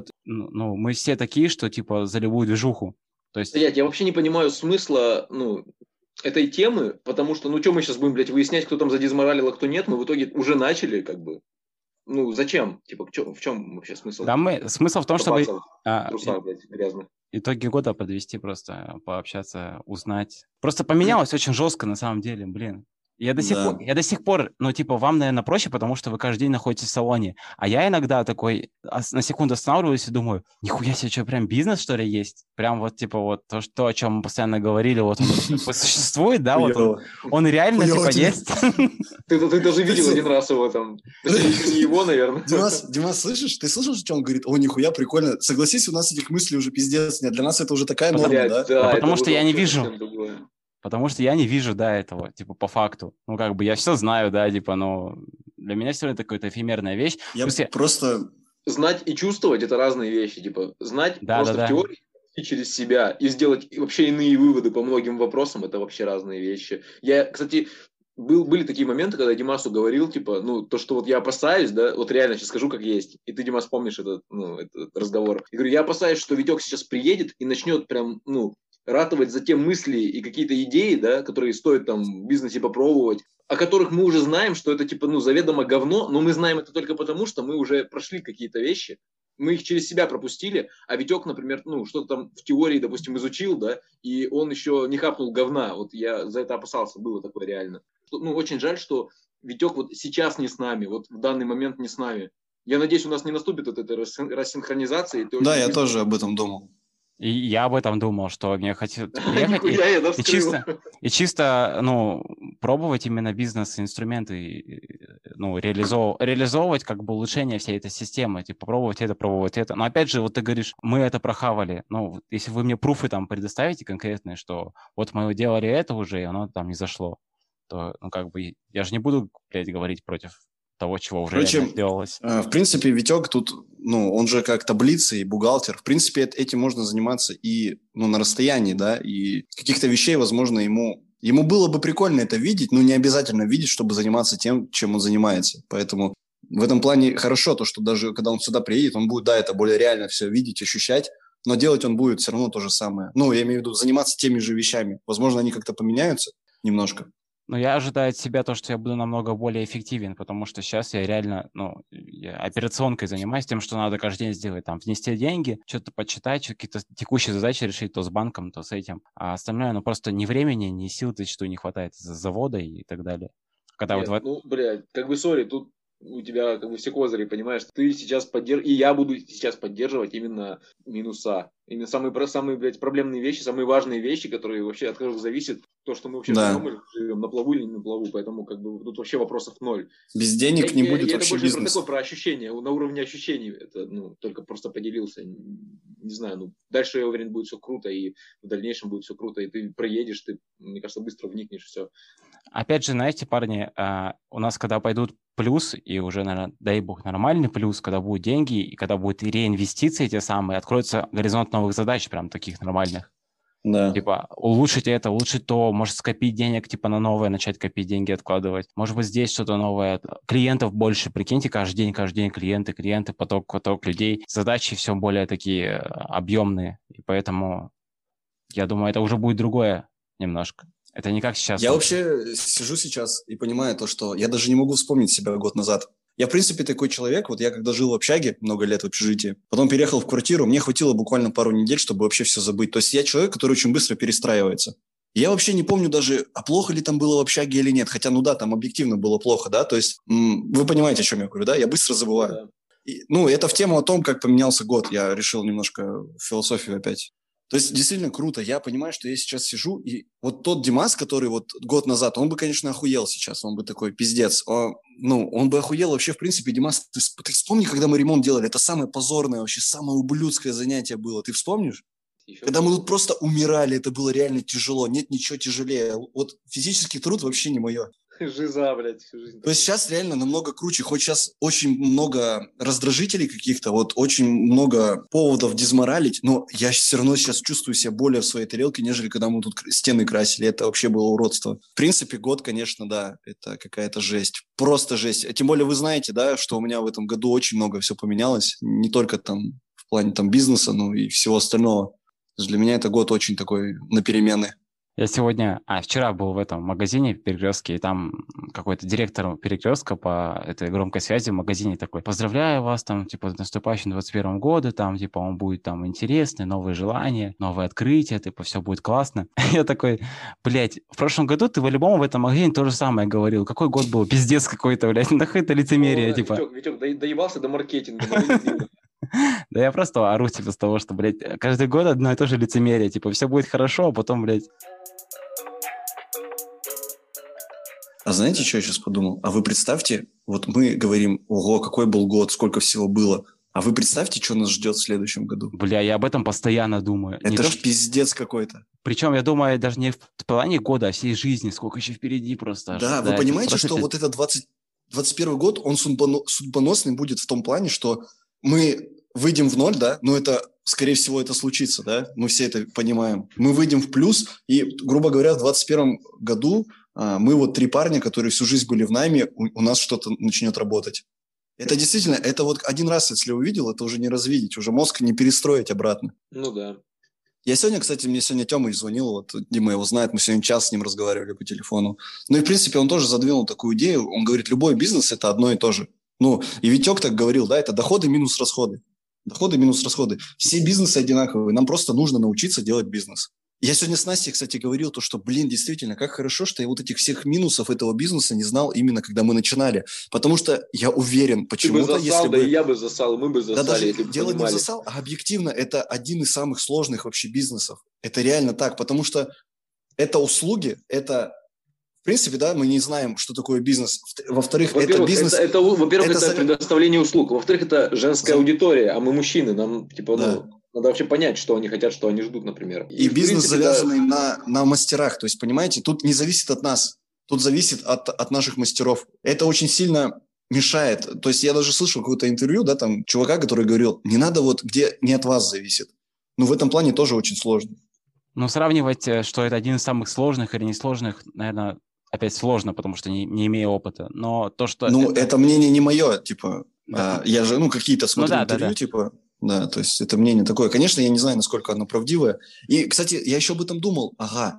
мы все такие, что, типа, за любую движуху. То есть... Я вообще не понимаю смысла, этой темы, потому что, что мы сейчас будем, блядь, выяснять, кто там задизморалил, а кто нет, мы в итоге уже начали, как бы. Зачем? Типа, в чем вообще смысл? Да, смысл в том, чтобы... Труса, блядь, грязных. Итоги года подвести просто, пообщаться, узнать. Просто поменялось очень жестко, на самом деле, блин. Я до сих пор, вам, наверное, проще, потому что вы каждый день находитесь в салоне. А я иногда такой на секунду останавливаюсь и думаю, нихуя себе, что, прям бизнес, что ли, есть? Прям то, о чем мы постоянно говорили, он существует, да? Он реально, есть. Ты даже видел один раз его там. Не его, наверное. Димас, слышишь? Ты слышал, что он говорит? О, нихуя, прикольно. Согласись, у нас этих мыслей уже пиздец нет. Для нас это уже такая норма, да? Потому что я не вижу. Потому что я не вижу, этого, по факту. Я все знаю, но для меня все равно это какая-то эфемерная вещь. Просто... Знать и чувствовать – это разные вещи. Знать просто в теории и через себя, и сделать вообще иные выводы по многим вопросам – это вообще разные вещи. Я, кстати, были такие моменты, когда я Димасу говорил, то, что я опасаюсь, да, реально сейчас скажу, как есть. И ты, Димас, помнишь этот разговор. Я говорю, я опасаюсь, что Витек сейчас приедет и начнет прям, ратовать за те мысли и какие-то идеи, да, которые стоит там в бизнесе попробовать, о которых мы уже знаем, что это заведомо говно, но мы знаем это только потому, что мы уже прошли какие-то вещи, мы их через себя пропустили, а Витек, например, что-то там в теории, допустим, изучил, да, и он еще не хапнул говна, я за это опасался, было такое реально. Очень жаль, что Витек сейчас не с нами, в данный момент не с нами. Я надеюсь, у нас не наступит этой рассинхронизации. Да, я тоже об этом думал. И я об этом думал, что мне хотелось приехать и чисто, ну, пробовать именно бизнес-инструменты, ну, реализовывать как бы улучшение всей этой системы, типа пробовать это. Но опять же, вот ты говоришь, мы это прохавали. Ну, если вы мне пруфы там предоставите конкретные, что вот мы делали это уже, и оно там не зашло, то, ну, как бы, я же не буду, блядь, говорить против того, чего уже делалось. В принципе, Витек тут, ну, он же как таблица и бухгалтер. В принципе, этим можно заниматься и, ну, на расстоянии, да, и каких-то вещей, возможно, ему было бы прикольно это видеть, но не обязательно видеть, чтобы заниматься тем, чем он занимается. Поэтому в этом плане хорошо то, что даже когда он сюда приедет, он будет, да, это более реально все видеть, ощущать, но делать он будет все равно то же самое. Ну, я имею в виду, заниматься теми же вещами. Возможно, они как-то поменяются немножко. Но я ожидаю от себя то, что я буду намного более эффективен, потому что сейчас я реально, ну, я операционкой занимаюсь тем, что надо каждый день сделать, там, внести деньги, что-то почитать, какие-то текущие задачи решить, то с банком, то с этим. А остальное, ну, просто ни времени, ни сил зачастую не хватает из-за завода и так далее. Когда Нет, вот... Ну, блядь, как бы, сори, тут у тебя как бы все козыри, понимаешь? Ты сейчас и я буду сейчас поддерживать именно минуса. Именно самые, блядь, проблемные вещи, самые важные вещи, которые вообще от которых зависит то, что мы вообще живем на плаву или не на плаву. Поэтому как бы тут вообще вопросов ноль. Без денег не будет вообще бизнеса. Это больше про ощущения, на уровне ощущений. Это, ну, только просто поделился. Не знаю, ну, дальше, я уверен, будет все круто, и в дальнейшем будет все круто, и ты проедешь, ты, мне кажется, быстро вникнешь, все. Опять же, знаете, парни, у нас когда пойдут плюс, и уже, наверное, дай бог, нормальный плюс, когда будут деньги, и когда будут реинвестиции те самые, откроется горизонт новых задач, прям таких нормальных. Да. Типа улучшить это, улучшить то, может скопить денег, типа на новое, начать копить деньги, откладывать. Может быть, здесь что-то новое. Клиентов больше, прикиньте, каждый день клиенты, поток людей. Задачи все более такие объемные, и поэтому, я думаю, это уже будет другое немножко. Это не как сейчас. Я вообще сижу сейчас и понимаю то, что я даже не могу вспомнить себя год назад. Я, в принципе, такой человек. Вот я когда жил в общаге много лет в общежитии, потом переехал в квартиру, мне хватило буквально пару недель, чтобы вообще все забыть. То есть я человек, который очень быстро перестраивается. Я вообще не помню даже, а плохо ли там было в общаге или нет. Хотя, ну да, там объективно было плохо, да. То есть вы понимаете, о чем я говорю, да? Я быстро забываю. Да. И, ну, это в тему о том, как поменялся год. Я решил немножко в философию опять. То есть действительно круто. Я понимаю, что я сейчас сижу, и вот тот Димас, который вот год назад, он бы, конечно, охуел сейчас. Он бы такой, пиздец. Он бы охуел вообще, в принципе, Димас. Ты вспомни, когда мы ремонт делали. Это самое позорное вообще, самое ублюдское занятие было. Ты вспомнишь? Когда мы тут просто умирали, это было реально тяжело. Нет ничего тяжелее. Вот физический труд вообще не мое. Жиза, блядь, всю жизнь. То есть сейчас реально намного круче. Хоть сейчас очень много раздражителей каких-то, вот очень много поводов дизморалить, но я все равно сейчас чувствую себя более в своей тарелке, нежели когда мы тут стены красили. Это вообще было уродство. В принципе, год, конечно, да, это какая-то жесть. Просто жесть. Тем более вы знаете, да, что у меня в этом году очень много все поменялось. Не только там в плане там бизнеса, но и всего остального. Для меня это год очень такой на перемены. Я вчера был в этом магазине в Перекрестке, и там какой-то директор Перекрестка по этой громкой связи в магазине такой: поздравляю вас, там, типа, с наступающим 21 году, там, типа, он будет там интересный, новые желания, новые открытия, типа, все будет классно. Я такой, блядь, в прошлом году ты по-любому в этом магазине то же самое говорил. Какой год был? Пиздец какой-то, блядь, нахуй это лицемерие, типа. Витек, доебался до маркетинга. Да я просто ору, типа, с того, что, блядь, каждый год одно и то же лицемерие, типа, все будет хорошо, а потом, блядь... А знаете, что я сейчас подумал? А вы представьте, вот мы говорим, ого, какой был год, сколько всего было. А вы представьте, что нас ждет в следующем году. Бля, я об этом постоянно думаю. Это ж пиздец какой-то. Причем, я думаю, даже не в плане года, а всей жизни, сколько еще впереди просто. Да, вы понимаете, что вот этот 21 год, он судьбоносный будет в том плане, что мы выйдем в ноль, да, но это, скорее всего, это случится, да, мы все это понимаем. Мы выйдем в плюс, и, грубо говоря, в 21 году мы вот 3 парня, которые всю жизнь были в найме, у нас что-то начнет работать. Это действительно, это вот один раз, если увидел, это уже не развидеть, уже мозг не перестроить обратно. Ну да. Я сегодня, кстати, мне сегодня Тёма звонил, вот Дима его знает, мы сегодня час с ним разговаривали по телефону. Ну и, в принципе, он тоже задвинул такую идею, он говорит, любой бизнес – это одно и то же. Ну, и Витек так говорил, да, это доходы минус расходы. Доходы минус расходы. Все бизнесы одинаковые, нам просто нужно научиться делать бизнес. Я сегодня с Настей, кстати, говорил то, что, действительно, как хорошо, что я вот этих всех минусов этого бизнеса не знал именно когда мы начинали. Потому что я уверен, почему-то, ты бы засал, и я бы засал, мы бы засали, даже если бы дело понимали. не в засал, а объективно это один из самых сложных вообще бизнесов. Это реально так, потому что это услуги, это... В принципе, да, мы не знаем, что такое бизнес. Во-вторых, это бизнес... Во-первых, это предоставление услуг. Во-вторых, это женская аудитория, а мы мужчины. Нам, надо вообще понять, что они хотят, что они ждут, например. И бизнес, завязанный на мастерах. То есть, понимаете, тут не зависит от нас. Тут зависит от наших мастеров. Это очень сильно мешает. То есть, я даже слышал какое-то интервью, да, там, чувака, который говорил, не надо где не от вас зависит. В этом плане тоже очень сложно. Сравнивать, что это один из самых сложных или несложных, наверное, опять сложно, потому что не имею опыта. Но то, что... это мнение не мое, да. Я же, какие-то смотрю интервью, да, то есть это мнение такое. Конечно, я не знаю, насколько оно правдивое. И, кстати, я еще об этом думал.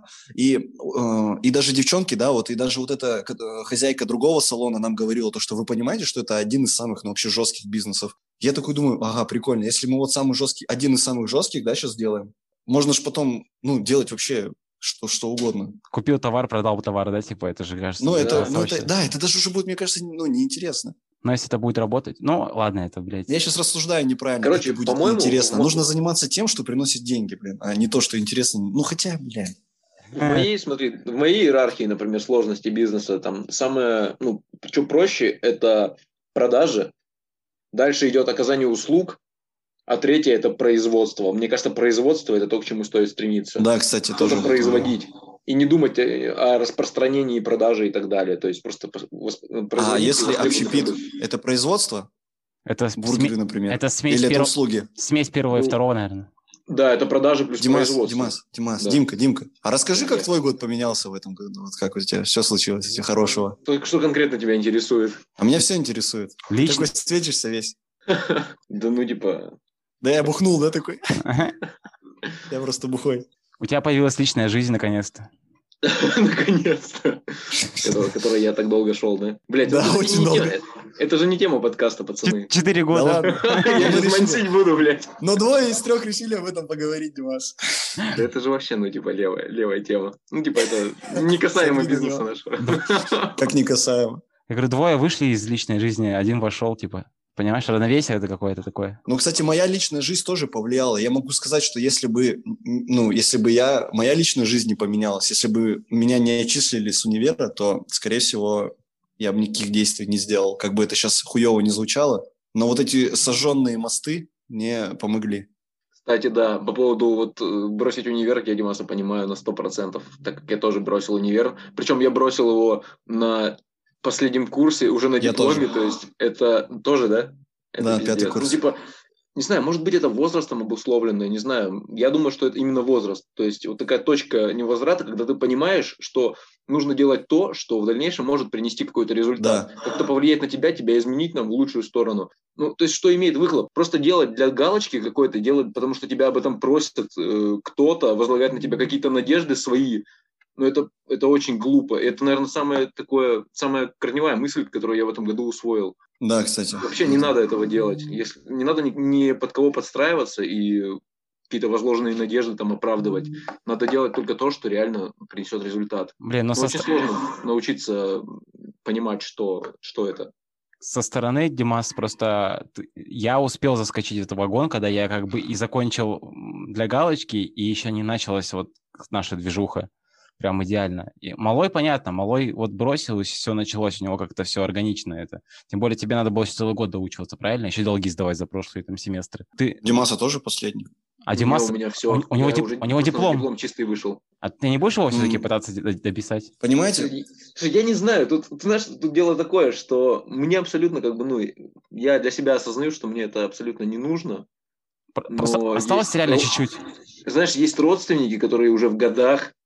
И даже девчонки, да, и даже эта хозяйка другого салона нам говорила, то, что вы понимаете, что это один из самых, вообще жестких бизнесов. Я такой думаю, прикольно. Если мы самый жесткий, один из самых жестких, да, сейчас делаем, можно же потом, делать вообще что угодно. Купил товар, продал товар, да, это же, кажется... это даже уже будет, мне кажется, неинтересно. Но если это будет работать... ладно, это, блядь... Я сейчас рассуждаю неправильно. Короче, это будет неинтересно. Нужно заниматься тем, что приносит деньги, а не то, что интересно. Хотя, блядь. В моей иерархии, например, сложности бизнеса, там самое, что проще, это продажи. Дальше идет оказание услуг, а третье – это производство. Мне кажется, производство – это то, к чему стоит стремиться. Да, кстати, тоже. Производить. И не думать о распространении, продаже и так далее. То есть просто если общепит – это производство? Это бургеры, например. Это смесь или это услуги? Смесь первого и второго, наверное. Да, это продажи плюс производство. Димас, да. Димка, а расскажи, как твой год поменялся в этом году? Как у тебя все случилось, хорошего? Что конкретно тебя интересует? А меня все интересует. Лично? Такой светишься весь. Да, Да я бухнул, да, такой? Я просто бухой. У тебя появилась личная жизнь, наконец-то. Наконец-то. Которой я так долго шел, да? Блядь, да, очень долго. Это же не тема подкаста, пацаны. 4 года. Да ладно. Я же мансить буду, блядь. Но 2 из 3 решили об этом поговорить, Димас. Да это же вообще, левая тема. Это не касаемо бизнеса нашего. Как не касаемо. Я говорю, 2 вышли из личной жизни, 1 вошел, Понимаешь, равновесие это какое-то такое. Кстати, моя личная жизнь тоже повлияла. Я могу сказать, что если бы моя личная жизнь не поменялась, если бы меня не отчислили с универа, то, скорее всего, я бы никаких действий не сделал. Как бы это сейчас хуево не звучало. Но эти сожженные мосты мне помогли. Кстати, да, по поводу бросить универ, я Димаса понимаю на 100%, так как я тоже бросил универ. Причем я бросил его на последнем курсе, уже на дипломе, то есть это тоже, да? Это да, 5-й курс. Не знаю, может быть, это возрастом обусловлено, не знаю. Я думаю, что это именно возраст. То есть такая точка невозврата, когда ты понимаешь, что нужно делать то, что в дальнейшем может принести какой-то результат. Да. Как-то повлиять на тебя изменить в лучшую сторону. То есть, что имеет выхлоп? Просто делать для галочки какой-то, делать, потому что тебя об этом просит кто-то, возлагать на тебя какие-то надежды свои. Но это очень глупо. Это, наверное, самая корневая мысль, которую я в этом году усвоил. Да, кстати. Вообще не надо этого делать. Не надо ни под кого подстраиваться и какие-то возложенные надежды оправдывать. Надо делать только то, что реально принесет результат. Очень сложно научиться понимать, что это. Со стороны, Димас, просто я успел заскочить в этот вагон, когда я и закончил для галочки, и еще не началась наша движуха. Прям идеально. И малой, понятно, бросил, и все началось, у него как-то все органично это. Тем более тебе надо было целый год доучиваться, правильно? Еще долги сдавать за прошлые семестры. Димаса тоже последний? А Димас, у меня все. У него диплом. Диплом чистый вышел. А ты не будешь его все-таки пытаться дописать? Понимаете? Я не знаю. Тут дело такое, что мне абсолютно я для себя осознаю, что мне это абсолютно не нужно. Просто осталось реально чуть-чуть. Знаешь, есть родственники, которые уже в годах,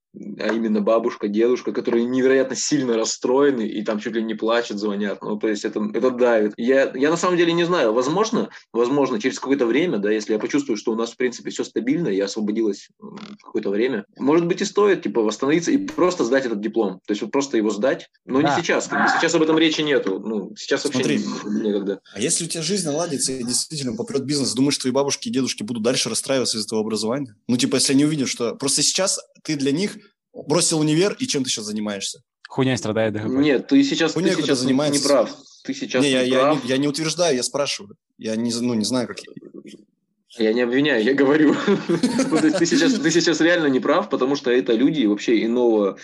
а именно бабушка, дедушка, которые невероятно сильно расстроены и там чуть ли не плачут, звонят. Ну, то есть это давит. Я на самом деле не знаю. Возможно, через какое-то время, да, если я почувствую, что у нас, в принципе, все стабильно, я освободилась какое-то время, может быть, и стоит, типа, восстановиться и просто сдать этот диплом. То есть вот просто его сдать, но не сейчас. Как бы сейчас об этом речи нету. Ну, сейчас вообще некогда. А если у тебя жизнь наладится и действительно попрет бизнес, думаешь, твои бабушки и дедушки будут дальше расстраиваться из-за твоего образования? Ну, типа, если они увидят, что просто сейчас ты для них бросил универ, и чем ты сейчас занимаешься? Хуйней страдает ДГП. Нет, ты сейчас не прав. Ты сейчас не прав. Я не утверждаю, я спрашиваю. Я не знаю, как... Я не обвиняю, я говорю. Ты сейчас реально не прав, потому что это люди вообще иного,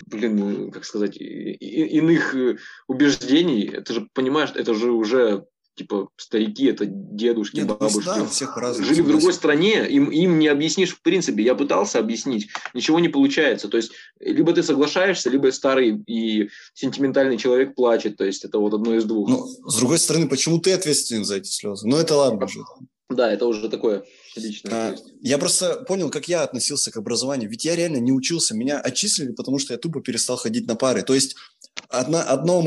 иных убеждений. Это же, понимаешь, это же уже типа старики, это дедушки, бабушки. Да, всех по-разному. Жили в другой стране, им не объяснишь в принципе. Я пытался объяснить, ничего не получается. То есть, либо ты соглашаешься, либо старый и сентиментальный человек плачет. То есть, это вот одно из двух. Ну, с другой стороны, почему ты ответственен за эти слезы? Ну, это ладно же. Да, это уже такое личное. Я просто понял, как я относился к образованию. Ведь я реально не учился. Меня отчислили, потому что я тупо перестал ходить на пары. То есть, одна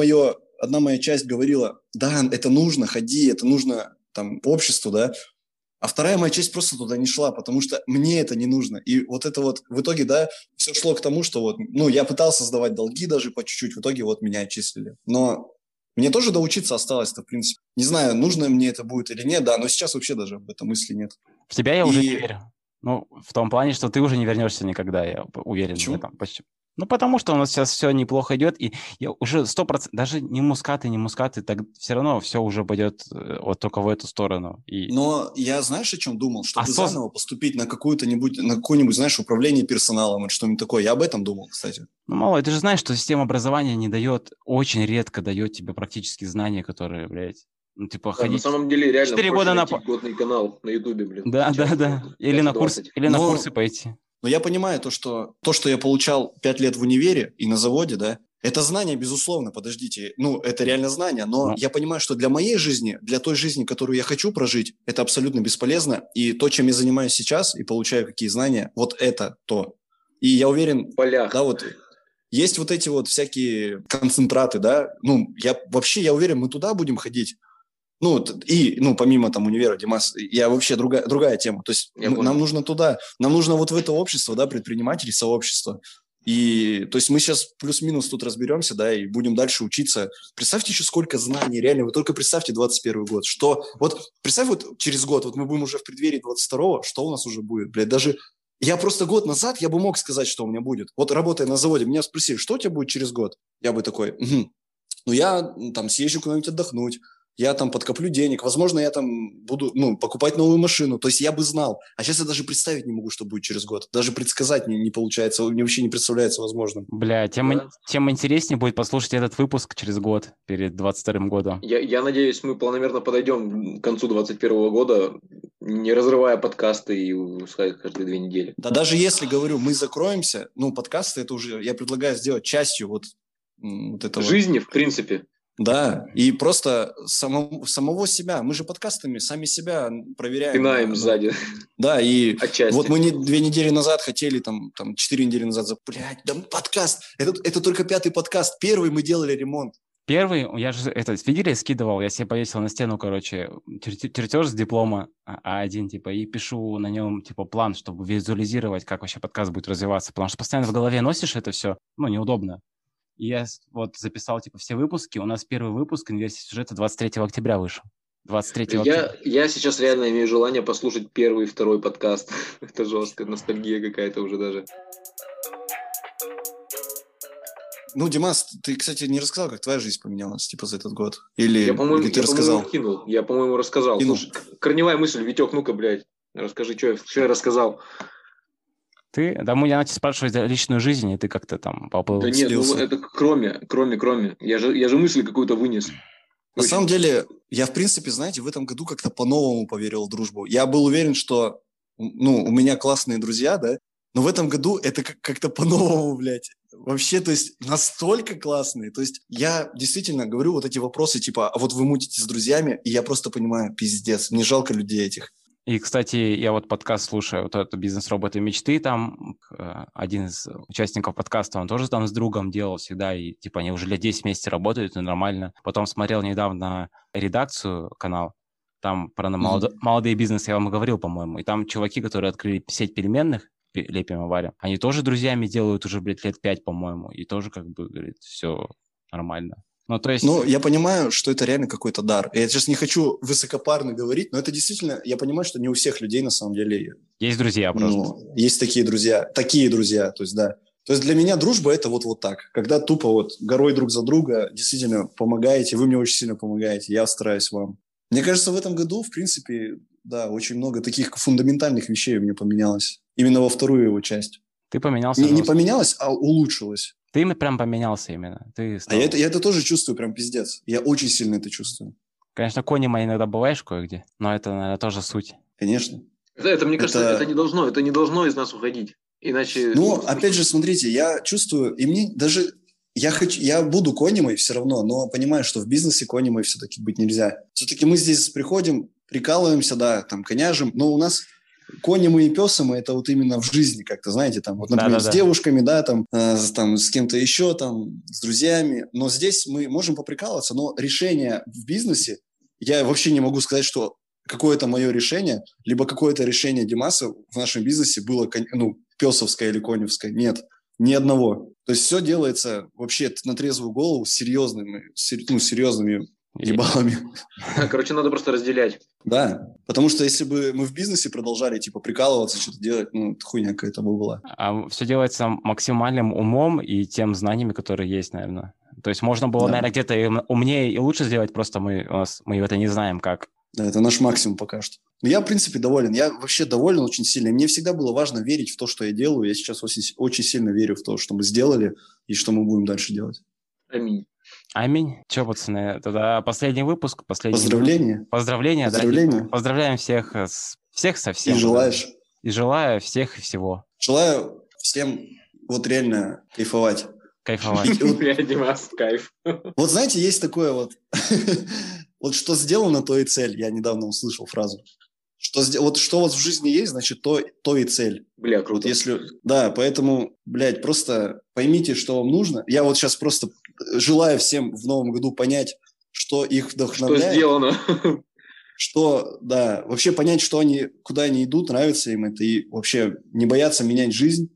моя часть говорила, да, это нужно, ходи, это нужно там обществу, да, а вторая моя часть просто туда не шла, потому что мне это не нужно. И вот это вот в итоге, да, все шло к тому, что вот, ну, я пытался сдавать долги даже по чуть-чуть, в итоге вот меня отчислили. Но мне тоже доучиться осталось-то, в принципе. Не знаю, нужно мне это будет или нет, да, но сейчас вообще даже об этом мысли нет. В тебя я уже не верю. Ну, в том плане, что ты уже не вернешься никогда, я уверен. Почему? В этом. Почему? Ну, потому что у нас сейчас все неплохо идет, и я уже 100%, даже не мускаты, так все равно все уже пойдет вот только в эту сторону. Но я, знаешь, о чем думал? Чтобы заново поступить на какое-нибудь, знаешь, управление персоналом или что-нибудь такое. Я об этом думал, кстати. Ну, мало, ты же знаешь, что система образования не дает, очень редко дает тебе практически знания, которые, блядь, ну, типа, ходить... На самом деле, реально, 4 года на... годный канал на Ютубе, блин. Да. Или на курсы пойти. Но я понимаю то, что я получал 5 лет в универе и на заводе, да, это знание, безусловно, подождите, ну, это реально знание, но я понимаю, что для моей жизни, для той жизни, которую я хочу прожить, это абсолютно бесполезно, и то, чем я занимаюсь сейчас и получаю какие знания, вот это то. И я уверен, да, вот есть вот эти вот всякие концентраты, да, ну, я уверен, мы туда будем ходить. Ну, помимо там универа, Димас, я вообще другая тема. То есть нам нужно туда, нам нужно вот в это общество, да, предпринимателей, сообщество. И, то есть мы сейчас плюс-минус тут разберемся, да, и будем дальше учиться. Представьте еще сколько знаний, реально, вы только представьте 21 год, что, вот представь вот через год, вот мы будем уже в преддверии 22-го, что у нас уже будет, блядь, даже я просто год назад, я бы мог сказать, что у меня будет. Вот работая на заводе, меня спросили, что у тебя будет через год? Я бы такой, ну я там съезжу куда-нибудь отдохнуть, я там подкоплю денег, возможно, я там буду, покупать новую машину, то есть я бы знал. А сейчас я даже представить не могу, что будет через год. Даже предсказать не получается, мне вообще не представляется возможным. Бля, тем интереснее будет послушать этот выпуск через год, перед 22-м годом. Я надеюсь, мы планомерно подойдем к концу 21-го года, не разрывая подкасты и выпускать каждые 2 недели. Да даже если, говорю, мы закроемся, подкасты, это уже, я предлагаю сделать частью вот этого. Жизни, в принципе. Да, и просто самого себя. Мы же подкастами сами себя проверяем. Пинаем сзади. Да, и отчасти. Вот мы 2 недели назад хотели, там 4 недели назад, блядь, да подкаст. Это только 5-й подкаст. Первый мы делали ремонт. Первый, я же видели, скидывал, я себе повесил на стену, короче, чертеж с диплома А1, типа, и пишу на нем, типа, план, чтобы визуализировать, как вообще подкаст будет развиваться. Потому что постоянно в голове носишь это все, неудобно. И я вот записал, типа, все выпуски. У нас первый выпуск «Инверсия сюжета» 23 октября вышел. 23 октября. Я сейчас реально имею желание послушать 1-й и 2-й подкаст. Это жестко, ностальгия какая-то уже даже. Димас, ты, кстати, не рассказал, как твоя жизнь поменялась, типа, за этот год? Или ты рассказал? Я, по-моему, рассказал. Слушай, корневая мысль, Витек, ну-ка, блядь, расскажи, что я рассказал. Я начал спрашивать личную жизнь, и ты как-то там поплыл. Да нет, это кроме. Я же мысль какую-то вынес. На самом деле, я, в принципе, знаете, в этом году как-то по-новому поверил в дружбу. Я был уверен, что, у меня классные друзья, да, но в этом году это как-то по-новому, блядь. Вообще, то есть, настолько классные. То есть, я действительно говорю вот эти вопросы, типа, а вот вы мутите с друзьями, и я просто понимаю, пиздец, мне жалко людей этих. И, кстати, я вот подкаст слушаю, вот это «Бизнес-роботы мечты», там один из участников подкаста, он тоже там с другом делал всегда, и типа они уже лет 10 вместе работают, и нормально. Потом смотрел недавно редакцию, канал, там про молодые бизнесы, я вам говорил, по-моему, и там чуваки, которые открыли сеть пельменных, лепим и варим, они тоже друзьями делают уже, блядь, лет 5, по-моему, и тоже как бы, говорит, все нормально. Ну, то есть... Ну, я понимаю, что это реально какой-то дар. Я сейчас не хочу высокопарно говорить, но это действительно, я понимаю, что не у всех людей на самом деле... Есть друзья просто. Ну, есть такие друзья, то есть, да. То есть для меня дружба – это вот так. Когда тупо вот горой друг за друга действительно помогаете, вы мне очень сильно помогаете, я стараюсь вам. Мне кажется, в этом году, в принципе, да, очень много таких фундаментальных вещей у меня поменялось. Именно во вторую его часть. Ты поменялся? Не поменялось, а улучшилось. Ты прям поменялся именно. Ты стал... А я это тоже чувствую прям пиздец. Я очень сильно это чувствую. Конечно, конима иногда бываешь кое-где, но это, наверное, тоже суть. Конечно. Это мне кажется, это не должно из нас уходить. Иначе... Ну, опять же, смотрите, я чувствую, и мне даже... Я буду конимой все равно, но понимаю, что в бизнесе конимой все-таки быть нельзя. Все-таки мы здесь приходим, прикалываемся, да, там, коняжим, но у нас... Конимы и песымы – это вот именно в жизни как-то, знаете, там, вот, например, с девушками, да, там, с кем-то еще, там, с друзьями. Но здесь мы можем поприкалываться, но решение в бизнесе, я вообще не могу сказать, что какое-то мое решение, либо какое-то решение Димаса в нашем бизнесе было, ну, песовское или коневское. Нет, ни одного. То есть все делается вообще на трезвую голову с серьезными ебалами. Короче, надо просто разделять. Да, потому что если бы мы в бизнесе продолжали, типа, прикалываться, что-то делать, ну, хуйня какая-то бы была. А все делается максимальным умом и тем знаниями, которые есть, наверное. То есть можно было, наверное, где-то умнее и лучше сделать, просто мы это не знаем как. Да, это наш максимум пока что. Но я, в принципе, доволен. Я вообще доволен очень сильно. И мне всегда было важно верить в то, что я делаю. Я сейчас очень сильно верю в то, что мы сделали и что мы будем дальше делать. Аминь. Аминь. Че, пацаны, тогда последний выпуск. Поздравления. Поздравления. Поздравляем всех со всем. И желаешь. И желаю всех и всего. Желаю всем вот реально кайфовать. Димас, кайф. Вот знаете, есть такое вот... Вот что сделано, то и цель. Я недавно услышал фразу. Вот что у вас в жизни есть, значит, то и цель. Бля, круто. Вот если... Да, поэтому, блядь, просто поймите, что вам нужно. Я вот сейчас просто желаю всем в новом году понять, что их вдохновляет. Что сделано. Что, да, вообще понять, куда они идут, нравится им это, и вообще не бояться менять жизнь.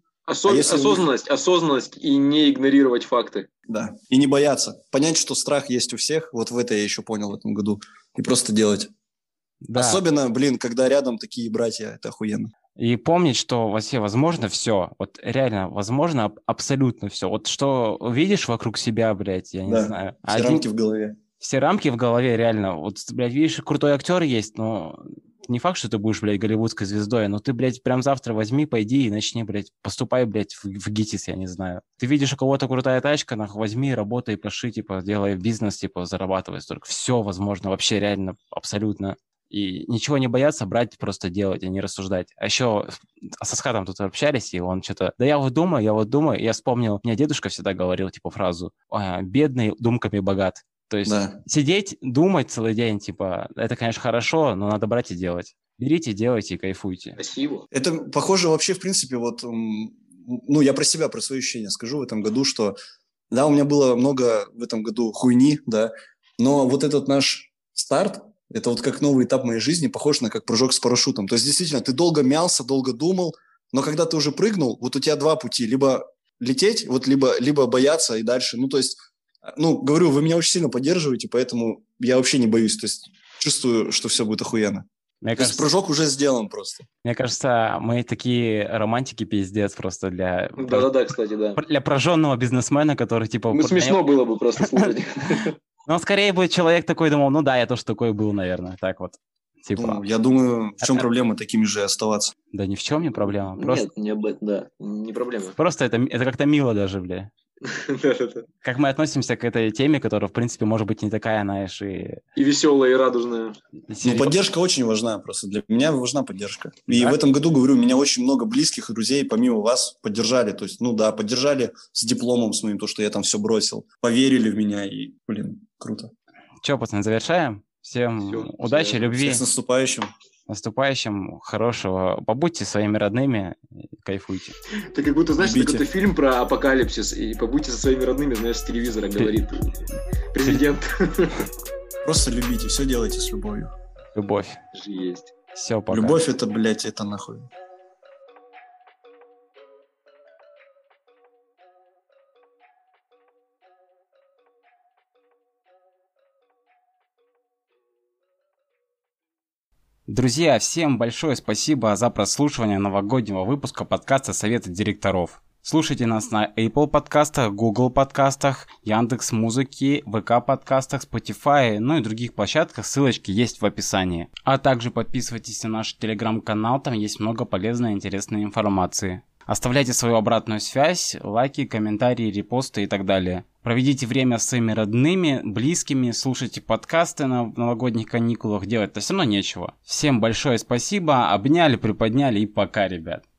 Осознанность и не игнорировать факты. Да, и не бояться. Понять, что страх есть у всех, вот в это я еще понял в этом году, и просто делать. Да. Особенно, когда рядом такие братья, это охуенно. И помнить, что вообще возможно все, вот реально возможно абсолютно все. Вот что видишь вокруг себя, блядь, я не знаю. Все рамки в голове. Все рамки в голове, реально. Вот, блядь, видишь, крутой актер есть, но не факт, что ты будешь, блядь, голливудской звездой, но ты, блядь, прям завтра возьми, пойди и начни, блядь, поступай, блядь, в ГИТИС, я не знаю. Ты видишь, у кого-то крутая тачка, возьми, работай, паши, типа, делай бизнес, типа, зарабатывай столько. Все возможно, вообще реально, абсолютно. И ничего не бояться, брать, просто делать, а не рассуждать. А еще с Асхатом тут общались, и он что-то... Да я вот думаю, я вспомнил, мне дедушка всегда говорил, типа, фразу «бедный думками богат». То есть сидеть, думать целый день, типа, это, конечно, хорошо, но надо брать и делать. Берите, делайте и кайфуйте. Спасибо. Это похоже вообще, в принципе, вот... Ну, я про себя, про свои ощущения скажу в этом году, что... Да, у меня было много в этом году хуйни, да, но вот этот наш старт, это вот как новый этап моей жизни, похож на как прыжок с парашютом. То есть, действительно, ты долго мялся, долго думал, но когда ты уже прыгнул, вот у тебя два пути. Либо лететь, вот либо бояться и дальше. Ну, то есть... Ну, говорю, вы меня очень сильно поддерживаете, поэтому я вообще не боюсь. То есть чувствую, что все будет охуенно. То есть прыжок уже сделан просто. Мне кажется, мы такие романтики пиздец просто для... Да-да-да, кстати, да. Для прожженного бизнесмена, который типа... Ну, смешно было бы просто слушать. Ну, скорее будет человек такой, думал, ну да, я тоже такой был, наверное, так вот. Типа... Ну, я думаю, в чем проблема такими же оставаться? Да ни в чем не проблема. Просто... Нет, не проблема. Просто это как-то мило даже, бля. Как мы относимся к этой теме, которая, в принципе, может быть не такая, знаешь, и веселая, и радужная. Ну, поддержка очень важна просто. Для меня важна поддержка. И в этом году, говорю, меня очень много близких и друзей, помимо вас, поддержали. То есть, ну да, поддержали с дипломом с моим, то, что я там все бросил. Поверили в меня, и, блин, круто. Че, пацаны, завершаем? Всем удачи, любви. Всех с наступающим. наступающим, хорошего. Побудьте своими родными, кайфуйте. Ты как будто, знаешь, это фильм про апокалипсис, и побудьте со своими родными, знаешь, с телевизора говорит президент. Просто любите, все делайте с любовью. Любовь. Есть. Все, пока. Любовь это, блядь, это нахуй. Друзья, всем большое спасибо за прослушивание новогоднего выпуска подкаста «Советы директоров». Слушайте нас на Apple подкастах, Google подкастах, Яндекс.Музыке, ВК подкастах, Spotify, ну и других площадках, ссылочки есть в описании. А также подписывайтесь на наш телеграм-канал, там есть много полезной и интересной информации. Оставляйте свою обратную связь, лайки, комментарии, репосты и так далее. Проведите время с своими родными, близкими, слушайте подкасты на новогодних каникулах, делать-то все равно нечего. Всем большое спасибо, обняли, приподняли и пока, ребят.